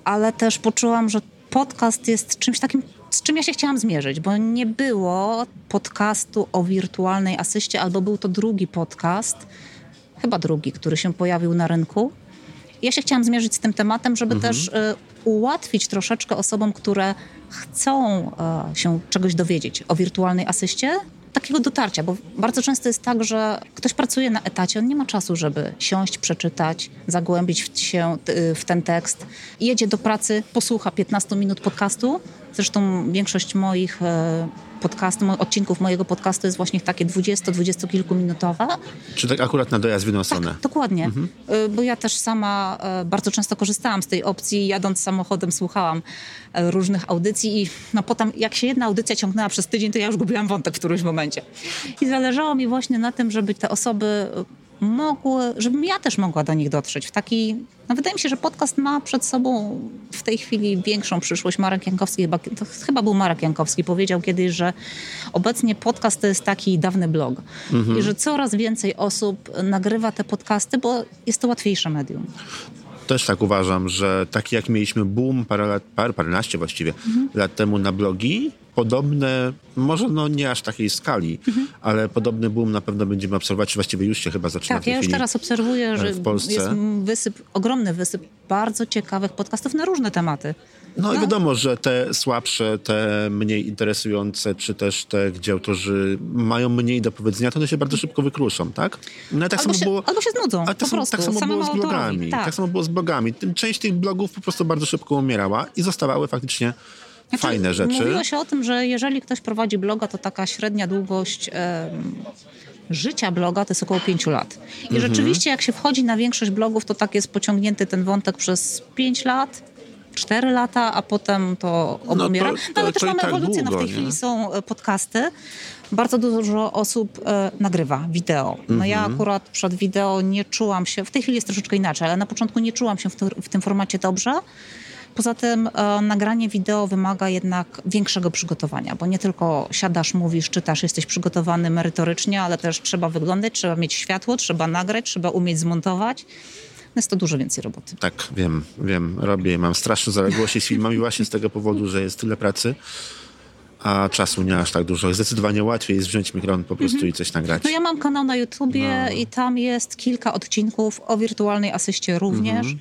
ale też poczułam, że podcast jest czymś takim, z czym ja się chciałam zmierzyć, bo nie było podcastu o wirtualnej asyście, albo był to drugi podcast, chyba drugi, który się pojawił na rynku. Ja się chciałam zmierzyć z tym tematem, żeby też ułatwić troszeczkę osobom, które chcą się czegoś dowiedzieć o wirtualnej asyście, takiego dotarcia, bo bardzo często jest tak, że ktoś pracuje na etacie, on nie ma czasu, żeby siąść, przeczytać, zagłębić się w ten tekst. Jedzie do pracy, posłucha 15 minut podcastu. Zresztą większość moich odcinków mojego podcastu jest właśnie takie 20 kilkuminutowe. Czy tak akurat na dojazd w jedną stronę? Tak, dokładnie. Bo ja też sama bardzo często korzystałam z tej opcji. Jadąc samochodem słuchałam różnych audycji i potem jak się jedna audycja ciągnęła przez tydzień, to ja już gubiłam wątek w którymś momencie. I zależało mi właśnie na tym, żeby te osoby mogły, żebym ja też mogła do nich dotrzeć w taki... wydaje mi się, że podcast ma przed sobą w tej chwili większą przyszłość. Marek Jankowski, chyba był Marek Jankowski, powiedział kiedyś, że obecnie podcast to jest taki dawny blog. I że coraz więcej osób nagrywa te podcasty, bo jest to łatwiejsze medium. Też tak uważam, że taki jak mieliśmy boom paręnaście właściwie lat temu na blogi, podobne, może nie aż takiej skali, ale podobny boom na pewno będziemy obserwować, czy właściwie już się chyba zaczyna. Tak, ja już teraz obserwuję, że jest ogromny wysyp bardzo ciekawych podcastów na różne tematy. No i wiadomo, że te słabsze, te mniej interesujące, czy też te, gdzie autorzy mają mniej do powiedzenia, to one się bardzo szybko wykruszą, tak? No, tak albo się znudzą, po prostu. Tak samo było z blogami. Tak samo było z blogami. Część tych blogów po prostu bardzo szybko umierała i zostawały faktycznie fajne rzeczy. Mówiło się o tym, że jeżeli ktoś prowadzi bloga, to taka średnia długość życia bloga to jest około 5 lat. I rzeczywiście jak się wchodzi na większość blogów, to tak jest pociągnięty ten wątek przez 5 lat, 4 lata, a potem to obumiera. Ale też mamy ewolucję. W tej chwili są podcasty. Bardzo dużo osób nagrywa wideo. Ja akurat przed wideo nie czułam się, w tej chwili jest troszeczkę inaczej, ale na początku nie czułam się w tym formacie dobrze. Poza tym nagranie wideo wymaga jednak większego przygotowania, bo nie tylko siadasz, mówisz, czytasz, jesteś przygotowany merytorycznie, ale też trzeba wyglądać, trzeba mieć światło, trzeba nagrać, trzeba umieć zmontować. Jest to dużo więcej roboty. Tak, wiem, robię. Mam straszne zaległości z filmami właśnie z tego powodu, że jest tyle pracy, a czasu nie aż tak dużo. Zdecydowanie łatwiej jest wziąć mikrofon po prostu i coś nagrać. Ja mam kanał na YouTubie i tam jest kilka odcinków o wirtualnej asyście również,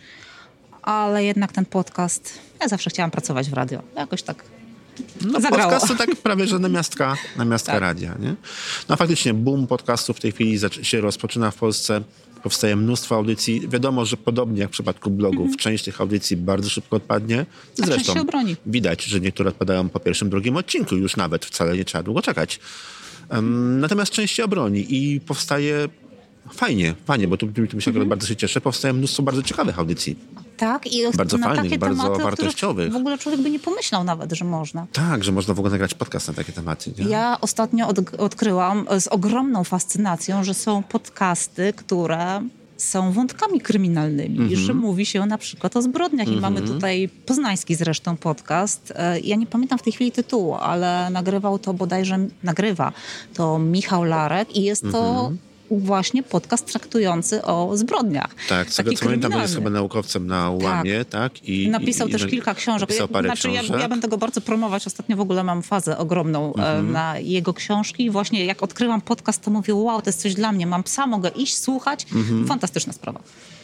ale jednak ten podcast, ja zawsze chciałam pracować w radio. Jakoś tak zagrało. Podcast to tak prawie, że namiastka tak. Radia. Nie? No faktycznie boom podcastów w tej chwili się rozpoczyna w Polsce. Powstaje mnóstwo audycji. Wiadomo, że podobnie jak w przypadku blogów, część tych audycji bardzo szybko odpadnie. Zresztą się obroni. Widać, że niektóre odpadają po pierwszym, drugim odcinku. Już nawet wcale nie trzeba długo czekać. Natomiast część się obroni i powstaje fajnie, bo tu bardzo się cieszę. Powstaje mnóstwo bardzo ciekawych audycji. Tak, i bardzo na fajnych, takie bardzo tematy, wartościowych. W ogóle człowiek by nie pomyślał nawet, że można. Tak, że można w ogóle nagrać podcast na takie tematy. Nie? Ja ostatnio odkryłam z ogromną fascynacją, że są podcasty, które są wątkami kryminalnymi i że mówi się na przykład o zbrodniach. I mamy tutaj poznański zresztą podcast. Ja nie pamiętam w tej chwili tytułu, ale nagrywa to Michał Larek i jest to właśnie podcast traktujący o zbrodniach. Tak, z tego co pamiętam, on jest chyba naukowcem na UAM-ie, tak? I napisał też kilka książek. Ja będę go bardzo promować. Ostatnio w ogóle mam fazę ogromną na jego książki. Właśnie jak odkryłam podcast, to mówię, wow, to jest coś dla mnie. Mam psa, mogę iść, słuchać. Fantastyczna sprawa.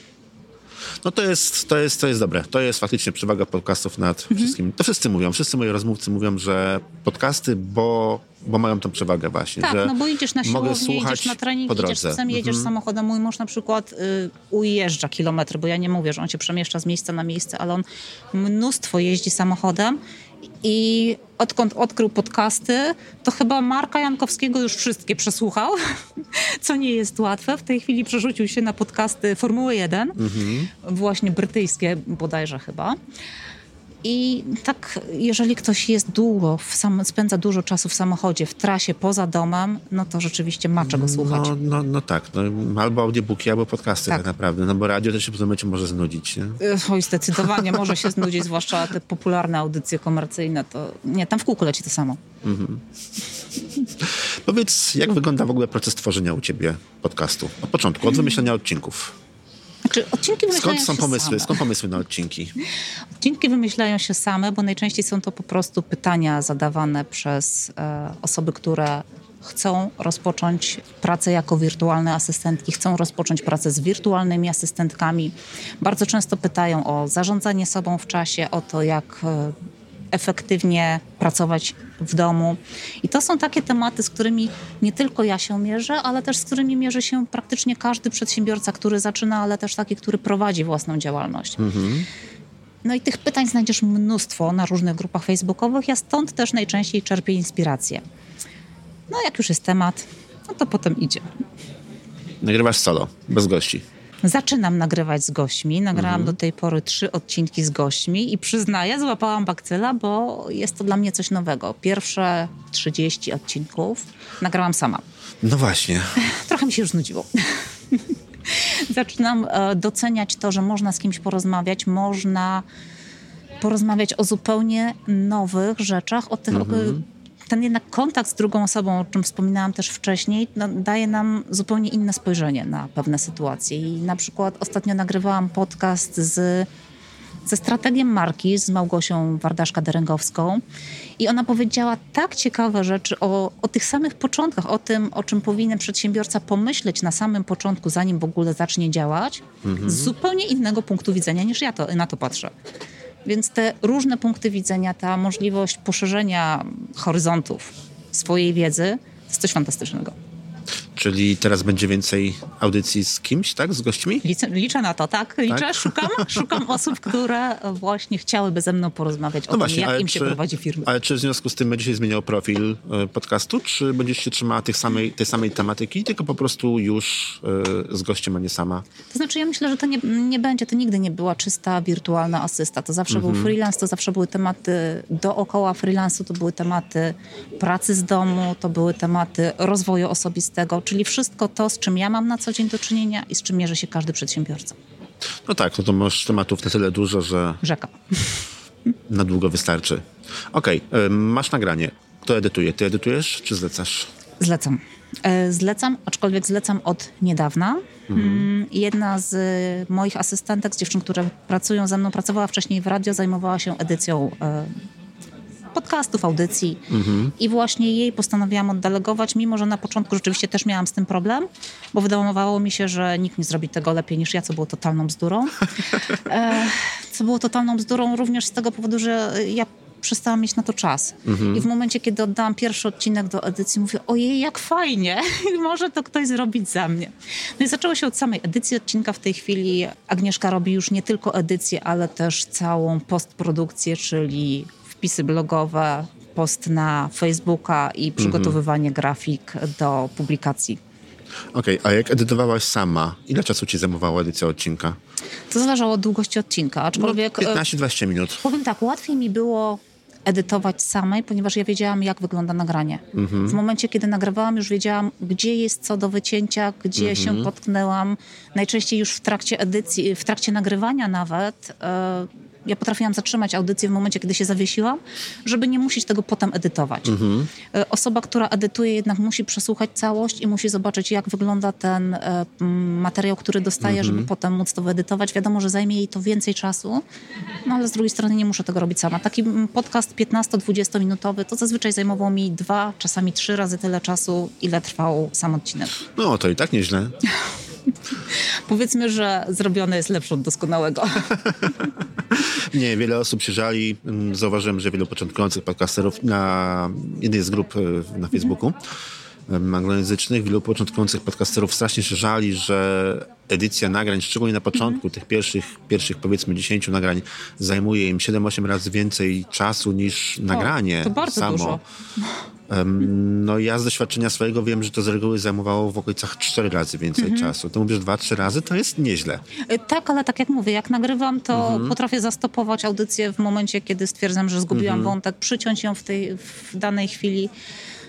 No to jest dobre. To jest faktycznie przewaga podcastów nad wszystkim. To wszyscy moi rozmówcy mówią, że podcasty, bo mają tą przewagę właśnie. Tak, że bo idziesz na siłownię, idziesz na trening, czasem jedziesz samochodem. Mój mąż na przykład ujeżdża kilometry, bo ja nie mówię, że on się przemieszcza z miejsca na miejsce, ale on mnóstwo jeździ samochodem i odkąd odkrył podcasty, to chyba Marka Jankowskiego już wszystkie przesłuchał, co nie jest łatwe. W tej chwili przerzucił się na podcasty Formuły 1, właśnie brytyjskie bodajże chyba. I tak, jeżeli ktoś jest spędza dużo czasu w samochodzie, w trasie, poza domem, no to rzeczywiście ma czego słuchać. No tak, albo audiobooki, albo podcasty tak naprawdę, bo radio też się w tym momencie może znudzić. Nie? Oj, zdecydowanie może się znudzić, zwłaszcza te popularne audycje komercyjne, to nie, tam w kółku leci to samo. Powiedz, jak wygląda w ogóle proces tworzenia u ciebie podcastu? Od początku, od wymyślenia odcinków. Odcinki wymyślają Skąd pomysły na odcinki? Odcinki wymyślają się same, bo najczęściej są to po prostu pytania zadawane przez osoby, które chcą rozpocząć pracę jako wirtualne asystentki, chcą rozpocząć pracę z wirtualnymi asystentkami. Bardzo często pytają o zarządzanie sobą w czasie, o to, jak efektywnie pracować w domu. I to są takie tematy, z którymi nie tylko ja się mierzę, ale też z którymi mierzy się praktycznie każdy przedsiębiorca, który zaczyna, ale też taki, który prowadzi własną działalność. No i tych pytań znajdziesz mnóstwo na różnych grupach facebookowych. Ja stąd też najczęściej czerpię inspirację. No jak już jest temat, no to potem idzie. Nagrywasz solo, bez gości. Zaczynam nagrywać z gośćmi. Nagrałam do tej pory 3 odcinki z gośćmi i przyznaję, złapałam bakcyla, bo jest to dla mnie coś nowego. Pierwsze 30 odcinków nagrałam sama. No właśnie. Trochę mi się już znudziło. Zaczynam doceniać to, że można z kimś porozmawiać, można porozmawiać o zupełnie nowych rzeczach, o tych ten jednak kontakt z drugą osobą, o czym wspominałam też wcześniej, daje nam zupełnie inne spojrzenie na pewne sytuacje. I na przykład ostatnio nagrywałam podcast ze strategiem marki, z Małgosią Wardaszka-Derengowską i ona powiedziała tak ciekawe rzeczy o tych samych początkach, o tym, o czym powinien przedsiębiorca pomyśleć na samym początku, zanim w ogóle zacznie działać, z zupełnie innego punktu widzenia niż ja na to patrzę. Więc te różne punkty widzenia, ta możliwość poszerzenia horyzontów swojej wiedzy, to jest coś fantastycznego. Czyli teraz będzie więcej audycji z kimś, tak? Z gośćmi? Liczę na to, tak? Liczę, tak? Szukam osób, które właśnie chciałyby ze mną porozmawiać o tym, jak im się prowadzi firmy. Ale czy w związku z tym będzie się zmieniał profil podcastu, czy będziesz się trzymała tej samej tematyki, tylko po prostu już z gościem, a nie sama? To znaczy ja myślę, że to nie będzie, to nigdy nie była czysta wirtualna asysta. To zawsze był freelance, to zawsze były tematy dookoła freelansu, to były tematy pracy z domu, to były tematy rozwoju osobistego, czyli wszystko to, z czym ja mam na co dzień do czynienia i z czym mierzy się każdy przedsiębiorca. No tak, no to masz tematów na tyle dużo, że... Rzeka. Na długo wystarczy. Okej, masz nagranie. Kto edytuje? Ty edytujesz, czy zlecasz? Zlecam, aczkolwiek zlecam od niedawna. Jedna z moich asystentek, z dziewczyn, które pracują ze mną, pracowała wcześniej w radio, zajmowała się edycją podcastów, audycji i właśnie jej postanowiłam oddelegować, mimo że na początku rzeczywiście też miałam z tym problem, bo wydawało mi się, że nikt nie zrobi tego lepiej niż ja, co było totalną bzdurą. Również z tego powodu, że ja przestałam mieć na to czas. I w momencie, kiedy oddałam pierwszy odcinek do edycji, mówię, ojej, jak fajnie, może to ktoś zrobić za mnie. No i zaczęło się od samej edycji odcinka. W tej chwili Agnieszka robi już nie tylko edycję, ale też całą postprodukcję, czyli wpisy blogowe, post na Facebooka i przygotowywanie grafik do publikacji. Okej, a jak edytowałaś sama, ile czasu ci zajmowała edycja odcinka? To zależało od długości odcinka, aczkolwiek... 15-20 minut. Powiem tak, łatwiej mi było edytować samej, ponieważ ja wiedziałam, jak wygląda nagranie. W momencie, kiedy nagrywałam, już wiedziałam, gdzie jest co do wycięcia, gdzie się potknęłam. Najczęściej już w trakcie edycji, w trakcie nagrywania nawet... Ja potrafiłam zatrzymać audycję w momencie, kiedy się zawiesiłam, żeby nie musieć tego potem edytować. Osoba, która edytuje, jednak musi przesłuchać całość i musi zobaczyć, jak wygląda ten materiał, który dostaje, żeby potem móc to wyedytować. Wiadomo, że zajmie jej to więcej czasu, no ale z drugiej strony nie muszę tego robić sama. Taki podcast 15-20 minutowy to zazwyczaj zajmowało mi 2, czasami 3 razy tyle czasu, ile trwał sam odcinek. No, to i tak nieźle. Powiedzmy, że zrobione jest lepsze od doskonałego. Nie, wiele osób się żali. Zauważyłem, że wielu początkujących podcasterów na jednej z grup na Facebooku anglojęzycznych, wielu początkujących podcasterów strasznie się żali, że edycja nagrań, szczególnie na początku tych pierwszych powiedzmy 10 nagrań, zajmuje im 7-8 razy więcej czasu niż nagranie to bardzo samo. Dużo. No ja z doświadczenia swojego wiem, że to z reguły zajmowało w okolicach 4 razy więcej czasu. To mówisz 2-3 razy, to jest nieźle. Tak, ale tak jak mówię, jak nagrywam, to potrafię zastopować audycję w momencie, kiedy stwierdzam, że zgubiłam wątek, przyciąć ją w danej chwili.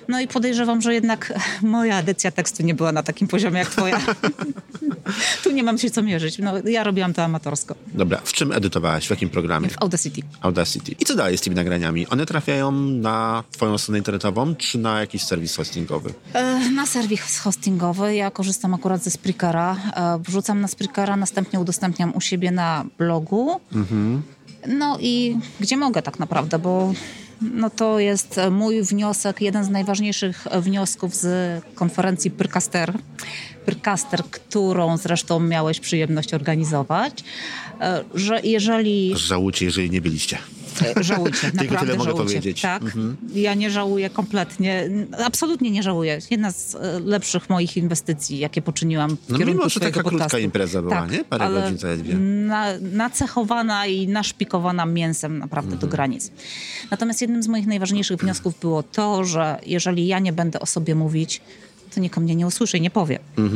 No i podejrzewam, że jednak moja edycja tekstu nie była na takim poziomie jak twoja. Tu nie mam się co mierzyć. No, ja robiłam to amatorsko. Dobra, w czym edytowałaś? W jakim programie? W Audacity. Audacity. I co dalej z tymi nagraniami? One trafiają na twoją stronę internetową, czy na jakiś serwis hostingowy? Na serwis hostingowy. Ja korzystam akurat ze Spreakera. Wrzucam na Spreakera, następnie udostępniam u siebie na blogu. No i gdzie mogę tak naprawdę, bo no to jest mój wniosek, jeden z najważniejszych wniosków z konferencji Pyrcaster, którą zresztą miałeś przyjemność organizować, że jeżeli... Żałujcie, jeżeli nie byliście. Żałujcie, naprawdę tylko tyle mogę żałujcie. powiedzieć. Tak, ja nie żałuję kompletnie, absolutnie nie żałuję. Jedna z lepszych moich inwestycji, jakie poczyniłam w kierunku mimo, że swojego taka podcastu. krótka impreza była, tak, nie? Parę godzin zaledwie. Nacechowana i naszpikowana mięsem naprawdę do granic. Natomiast jednym z moich najważniejszych wniosków było to, że jeżeli ja nie będę o sobie mówić, to nikt mnie nie usłyszy i nie powie.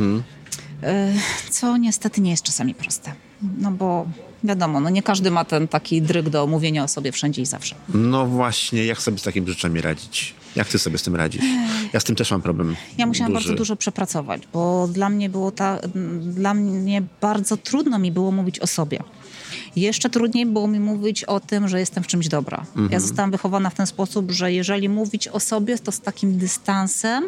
Co niestety nie jest czasami proste. No bo wiadomo, no nie każdy ma ten taki dryg do mówienia o sobie wszędzie i zawsze. No właśnie, jak sobie z takimi rzeczami radzić? Jak ty sobie z tym radzisz? Ja z tym też mam problem. Ja musiałam bardzo dużo przepracować, bo dla mnie bardzo trudno mi było mówić o sobie. Jeszcze trudniej było mi mówić o tym, że jestem w czymś dobra. Ja zostałam wychowana w ten sposób, że jeżeli mówić o sobie, to z takim dystansem,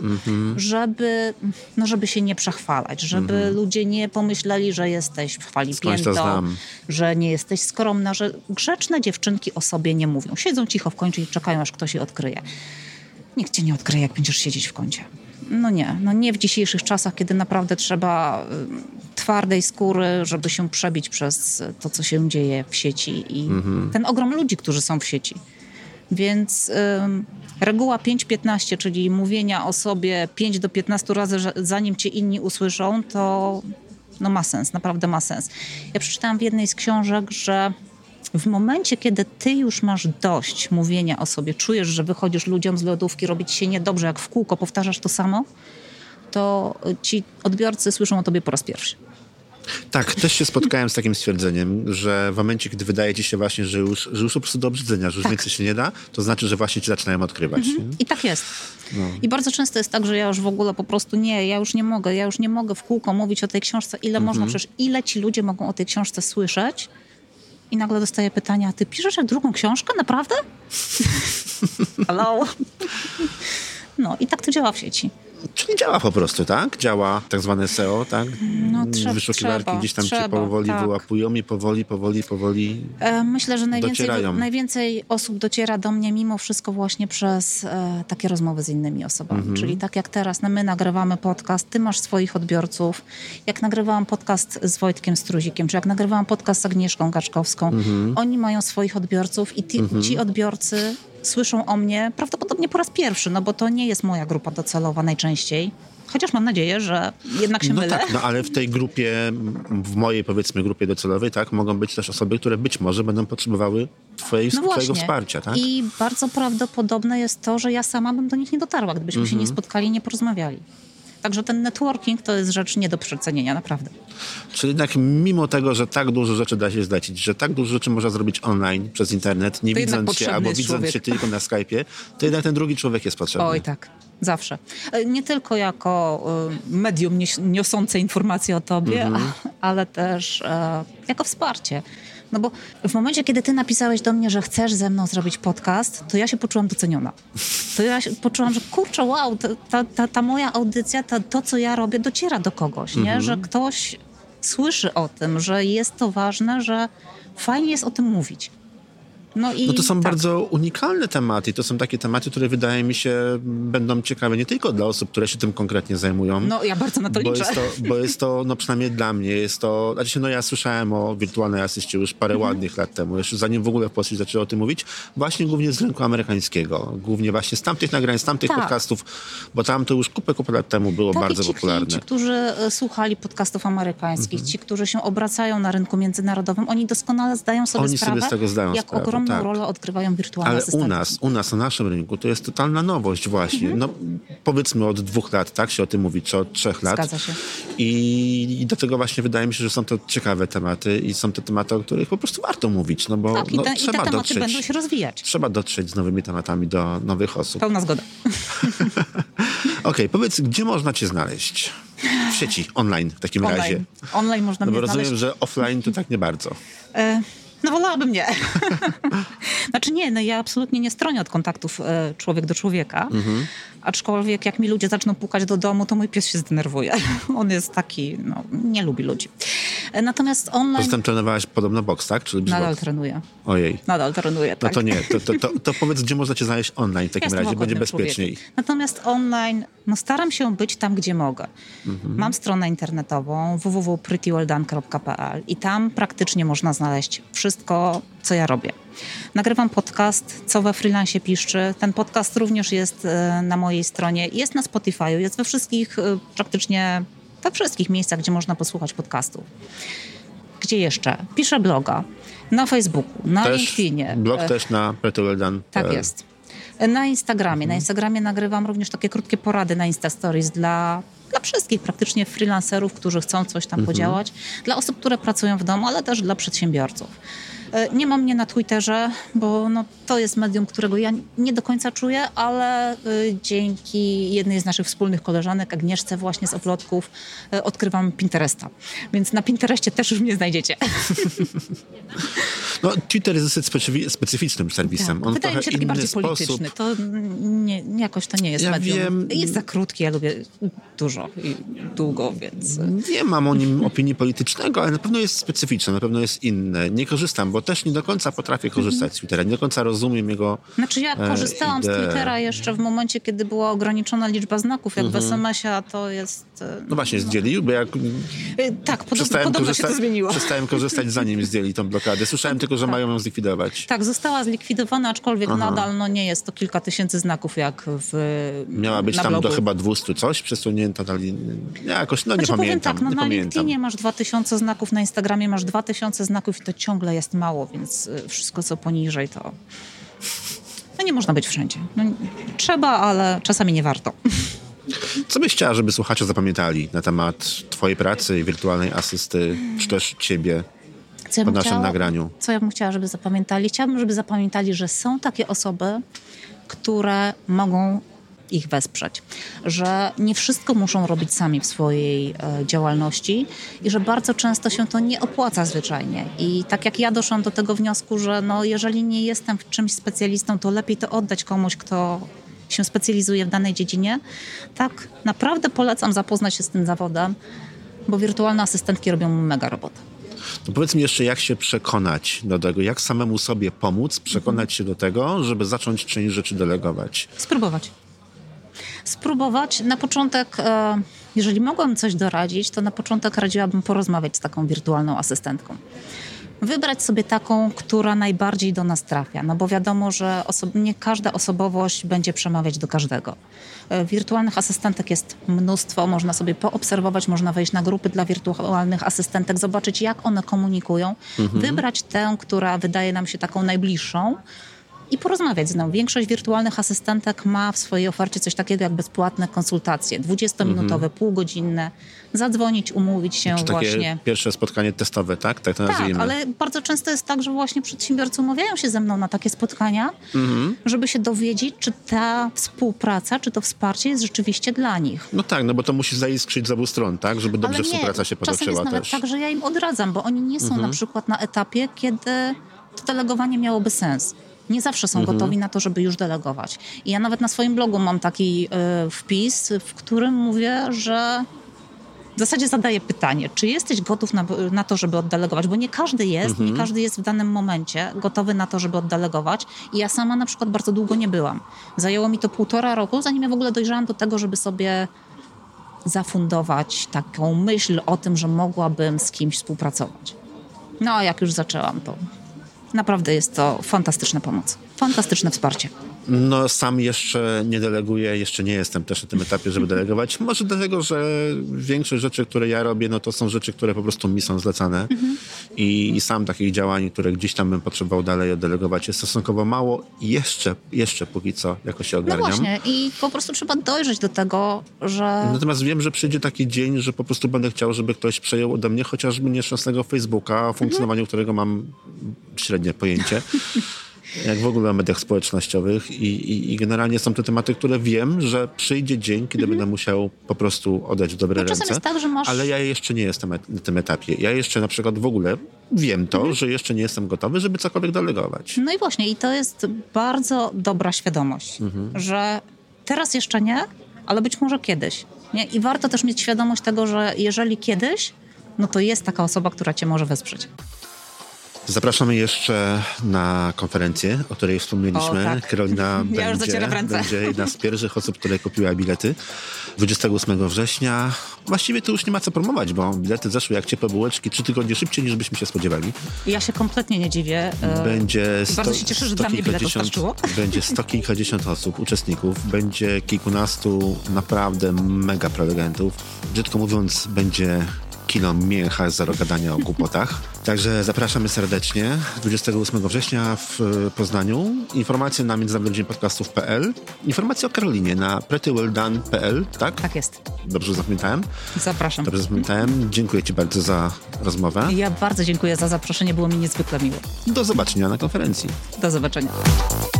żeby się nie przechwalać, żeby ludzie nie pomyśleli, że jesteś chwalipiętą, że nie jesteś skromna, że grzeczne dziewczynki o sobie nie mówią. Siedzą cicho w kącie i czekają, aż ktoś je odkryje. Nikt cię nie odkryje, jak będziesz siedzieć w kącie. No nie w dzisiejszych czasach, kiedy naprawdę trzeba twardej skóry, żeby się przebić przez to, co się dzieje w sieci i ten ogrom ludzi, którzy są w sieci. Więc reguła 5-15, czyli mówienia o sobie 5 do 15 razy, zanim cię inni usłyszą, to ma sens, naprawdę ma sens. Ja przeczytałam w jednej z książek, że w momencie, kiedy ty już masz dość mówienia o sobie, czujesz, że wychodzisz ludziom z lodówki, robić się niedobrze, jak w kółko powtarzasz to samo, to ci odbiorcy słyszą o tobie po raz pierwszy. Tak, też się spotkałem z takim stwierdzeniem, że w momencie, gdy wydaje ci się właśnie, że już po prostu do obrzydzenia, że już więcej się nie da, to znaczy, że właśnie ci zaczynają odkrywać. I tak jest. I bardzo często jest tak, że ja już w ogóle po prostu ja już nie mogę w kółko mówić o tej książce, ile można, przecież ile ci ludzie mogą o tej książce słyszeć. I nagle dostaję pytania, a ty piszesz jak drugą książkę? Naprawdę? Hello? No i tak to działa w sieci. Czyli działa po prostu, tak? Działa tak zwane SEO, tak? No, wyszukiwarki gdzieś tam cię powoli wyłapują i powoli myślę, że najwięcej osób dociera do mnie mimo wszystko właśnie przez takie rozmowy z innymi osobami. Czyli tak jak teraz, my nagrywamy podcast, ty masz swoich odbiorców. Jak nagrywałam podcast z Wojtkiem Struzikiem, czy jak nagrywałam podcast z Agnieszką Gaczkowską, oni mają swoich odbiorców i ci odbiorcy słyszą o mnie prawdopodobnie po raz pierwszy, no bo to nie jest moja grupa docelowa najczęściej. Chociaż mam nadzieję, że jednak się mylę. Tak, ale w tej grupie, w mojej powiedzmy grupie docelowej, tak, mogą być też osoby, które być może będą potrzebowały twojego wsparcia, tak? I bardzo prawdopodobne jest to, że ja sama bym do nich nie dotarła, gdybyśmy się nie spotkali i nie porozmawiali. Także ten networking to jest rzecz nie do przecenienia, naprawdę. Czyli jednak mimo tego, że tak dużo rzeczy da się zlecić, że tak dużo rzeczy można zrobić online, przez internet, nie widząc się albo widząc się tylko na Skype'ie, to jednak ten drugi człowiek jest potrzebny. Oj tak, zawsze. Nie tylko jako medium niosące informacje o tobie, ale też jako wsparcie. No bo w momencie, kiedy ty napisałeś do mnie, że chcesz ze mną zrobić podcast, to ja się poczułam doceniona. To ja się poczułam, że kurczę, wow, ta moja audycja, to co ja robię, dociera do kogoś, nie? Że ktoś słyszy o tym, że jest to ważne, że fajnie jest o tym mówić. No to są bardzo unikalne tematy. To są takie tematy, które wydaje mi się będą ciekawe nie tylko dla osób, które się tym konkretnie zajmują. No ja bardzo na to liczę. Bo jest to, no przynajmniej dla mnie, jest to... Znaczy, ja słyszałem o wirtualnej asyście już parę ładnych lat temu, jeszcze zanim w ogóle w Polsce zaczęło o tym mówić, właśnie głównie z rynku amerykańskiego. Głównie właśnie z tamtych nagrań, z tamtych podcastów, bo tam to już kupę lat temu było bardzo popularne. Ci, którzy słuchali podcastów amerykańskich, ci, którzy się obracają na rynku międzynarodowym, oni doskonale zdają sobie sprawę, jak ogromną ogromną rolę odgrywają wirtualne asystentki. Ale u nas, na naszym rynku to jest totalna nowość właśnie. No, powiedzmy od 2 lat, tak się o tym mówi, czy od 3 lat. Zgadza się. I do tego właśnie wydaje mi się, że są to ciekawe tematy i są to tematy, o których po prostu warto mówić, no bo tak, trzeba i te tematy dotrzeć. Będą się rozwijać. Trzeba dotrzeć z nowymi tematami do nowych osób. Pełna zgoda. Okej, powiedz, gdzie można cię znaleźć? W sieci, online w takim razie. Online można mnie znaleźć. Rozumiem, że offline to tak nie bardzo. No wolałabym nie. Znaczy nie, no ja absolutnie nie stronię od kontaktów człowiek do człowieka. Aczkolwiek jak mi ludzie zaczną pukać do domu, to mój pies się zdenerwuje. On jest taki, no, nie lubi ludzi. Natomiast online... Poza tym trenowałaś podobno boks, tak? Czyli nadal trenuję. Ojej. Nadal trenuję, tak. No to nie, to powiedz, gdzie można cię znaleźć online w takim razie, będzie bezpieczniej. Człowieku. Natomiast online, no staram się być tam, gdzie mogę. Mam stronę internetową www.prettywelldone.pl i tam praktycznie można znaleźć wszystko, co ja robię. Nagrywam podcast, co we freelancie piszczy. Ten podcast również jest na mojej stronie. Jest na Spotify'u, jest we wszystkich, praktycznie we wszystkich miejscach, gdzie można posłuchać podcastów. Gdzie jeszcze? Piszę bloga. Na Facebooku, na LinkedInie. Blog też na prettywelldone. Tak jest. Na Instagramie. Na Instagramie nagrywam również takie krótkie porady na Insta Stories dla wszystkich praktycznie freelancerów, którzy chcą coś tam podziałać. Dla osób, które pracują w domu, ale też dla przedsiębiorców. Nie mam mnie na Twitterze, bo no, to jest medium, którego ja nie do końca czuję, ale dzięki jednej z naszych wspólnych koleżanek, Agnieszce właśnie z Oplotków, odkrywam Pinteresta. Więc na Pinterestie też już mnie znajdziecie. No, Twitter jest dosyć specyficznym serwisem. Tak, on wydaje mi się taki bardziej polityczny. To jakoś to nie jest medium. Wiem, jest za krótki, ja lubię dużo i długo, więc... Nie mam o nim opinii politycznego, ale na pewno jest specyficzny, na pewno jest inny. Nie korzystam, bo też nie do końca potrafię korzystać z Twittera. Nie do końca rozumiem jego Znaczy ja korzystałam z Twittera jeszcze w momencie, kiedy była ograniczona liczba znaków, jak w SMS-ie, a to jest... No właśnie, zdjęli, bo jak... Tak, podobno się to zmieniło. Przestałem korzystać, zanim zdjęli tą blokadę. Słyszałem tylko, że mają ją zlikwidować. Tak, została zlikwidowana, aczkolwiek nadal nie jest to kilka tysięcy znaków, jak Miała być na tam blogu. do chyba 200 coś przesunięta. Jakoś, nie znaczy, pamiętam. Tak, nie na pamiętam. LinkedInie masz 2000 znaków, na Instagramie masz 2000 znaków i to ciągle jest mało, więc wszystko co poniżej to... No nie można być wszędzie. No, trzeba, ale czasami nie warto. Co byś chciała, żeby słuchacze zapamiętali na temat twojej pracy i wirtualnej asysty, czy też ciebie po naszym nagraniu? Co ja bym chciała, żeby zapamiętali? Chciałabym, żeby zapamiętali, że są takie osoby, które mogą ich wesprzeć. Że nie wszystko muszą robić sami w swojej działalności i że bardzo często się to nie opłaca zwyczajnie. I tak jak ja doszłam do tego wniosku, że no, jeżeli nie jestem w czymś specjalistą, to lepiej to oddać komuś, kto się specjalizuje w danej dziedzinie. Tak naprawdę polecam zapoznać się z tym zawodem, bo wirtualne asystentki robią mega robotę. No powiedz mi jeszcze, jak się przekonać do tego, jak samemu sobie pomóc, przekonać się do tego, żeby zacząć część rzeczy delegować? Spróbować. Na początek, jeżeli mogłam coś doradzić, to na początek radziłabym porozmawiać z taką wirtualną asystentką. Wybrać sobie taką, która najbardziej do nas trafia, no bo wiadomo, że nie każda osobowość będzie przemawiać do każdego. Wirtualnych asystentek jest mnóstwo, można sobie poobserwować, można wejść na grupy dla wirtualnych asystentek, zobaczyć jak one komunikują, wybrać tę, która wydaje nam się taką najbliższą i porozmawiać z nią. Większość wirtualnych asystentek ma w swojej ofercie coś takiego jak bezpłatne konsultacje, 20-minutowe, półgodzinne, zadzwonić, umówić się czy takie właśnie. Pierwsze spotkanie testowe, tak? Tak to nazwijmy. Tak, ale bardzo często jest tak, że właśnie przedsiębiorcy umawiają się ze mną na takie spotkania, żeby się dowiedzieć, czy ta współpraca, czy to wsparcie jest rzeczywiście dla nich. No tak, no bo to musi zaiskrzyć z obu stron, tak? Żeby dobrze współpraca się potoczyła czasem jest też. nawet tak, że ja im odradzam, bo oni nie są na przykład na etapie, kiedy to delegowanie miałoby sens. Nie zawsze są gotowi na to, żeby już delegować. I ja nawet na swoim blogu mam taki wpis, w którym mówię, że w zasadzie zadaję pytanie, czy jesteś gotów na to, żeby oddelegować? Bo nie każdy jest, nie każdy jest w danym momencie gotowy na to, żeby oddelegować. I ja sama na przykład bardzo długo nie byłam. Zajęło mi to 1,5 roku, zanim ja w ogóle dojrzałam do tego, żeby sobie zafundować taką myśl o tym, że mogłabym z kimś współpracować. No a jak już zaczęłam, to naprawdę jest to fantastyczna pomoc. Fantastyczne wsparcie. No sam jeszcze nie deleguję, jeszcze nie jestem też na tym etapie, żeby delegować. Może dlatego, że większość rzeczy, które ja robię, no to są rzeczy, które po prostu mi są zlecane i sam takich działań, które gdzieś tam bym potrzebował dalej oddelegować, jest stosunkowo mało i jeszcze póki co jakoś się ogarniam. No właśnie i po prostu trzeba dojrzeć do tego, że... Natomiast wiem, że przyjdzie taki dzień, że po prostu będę chciał, żeby ktoś przejął ode mnie chociażby nieszczęsnego Facebooka, o funkcjonowaniu którego mam średnie pojęcie. Jak w ogóle o mediach społecznościowych i generalnie są to tematy, które wiem, że przyjdzie dzień, kiedy będę musiał po prostu oddać w dobre ręce. Jest tak, że masz... Ale ja jeszcze nie jestem na tym etapie. Ja jeszcze na przykład w ogóle wiem to, że jeszcze nie jestem gotowy, żeby cokolwiek delegować. No i właśnie, i to jest bardzo dobra świadomość, że teraz jeszcze nie, ale być może kiedyś. Nie? I warto też mieć świadomość tego, że jeżeli kiedyś, no to jest taka osoba, która cię może wesprzeć. Zapraszamy jeszcze na konferencję, o której wspomnieliśmy. Tak. Karolina będzie jedna z pierwszych osób, które kupiła bilety 28 września. Właściwie to już nie ma co promować, bo bilety zeszły jak ciepłe bułeczki 3 tygodnie szybciej, niż byśmy się spodziewali. Ja się kompletnie nie dziwię. Bardzo się cieszę, że dla mnie biletów starczyło. Będzie 100 kilkadziesiąt osób, uczestników. Będzie kilkunastu naprawdę mega prelegentów. Brzydko mówiąc, będzie kilo mięcha za gadania o głupotach. Także zapraszamy serdecznie 28 września w Poznaniu. Informacje na międzynarodowydzienpodcastów.pl. Informacje o Karolinie na prettywelldone.pl, tak? Tak jest. Dobrze zapamiętałem? Zapraszam. Dobrze zapamiętałem. Dziękuję Ci bardzo za rozmowę. Ja bardzo dziękuję za zaproszenie. Było mi niezwykle miło. Do zobaczenia na konferencji. Do zobaczenia.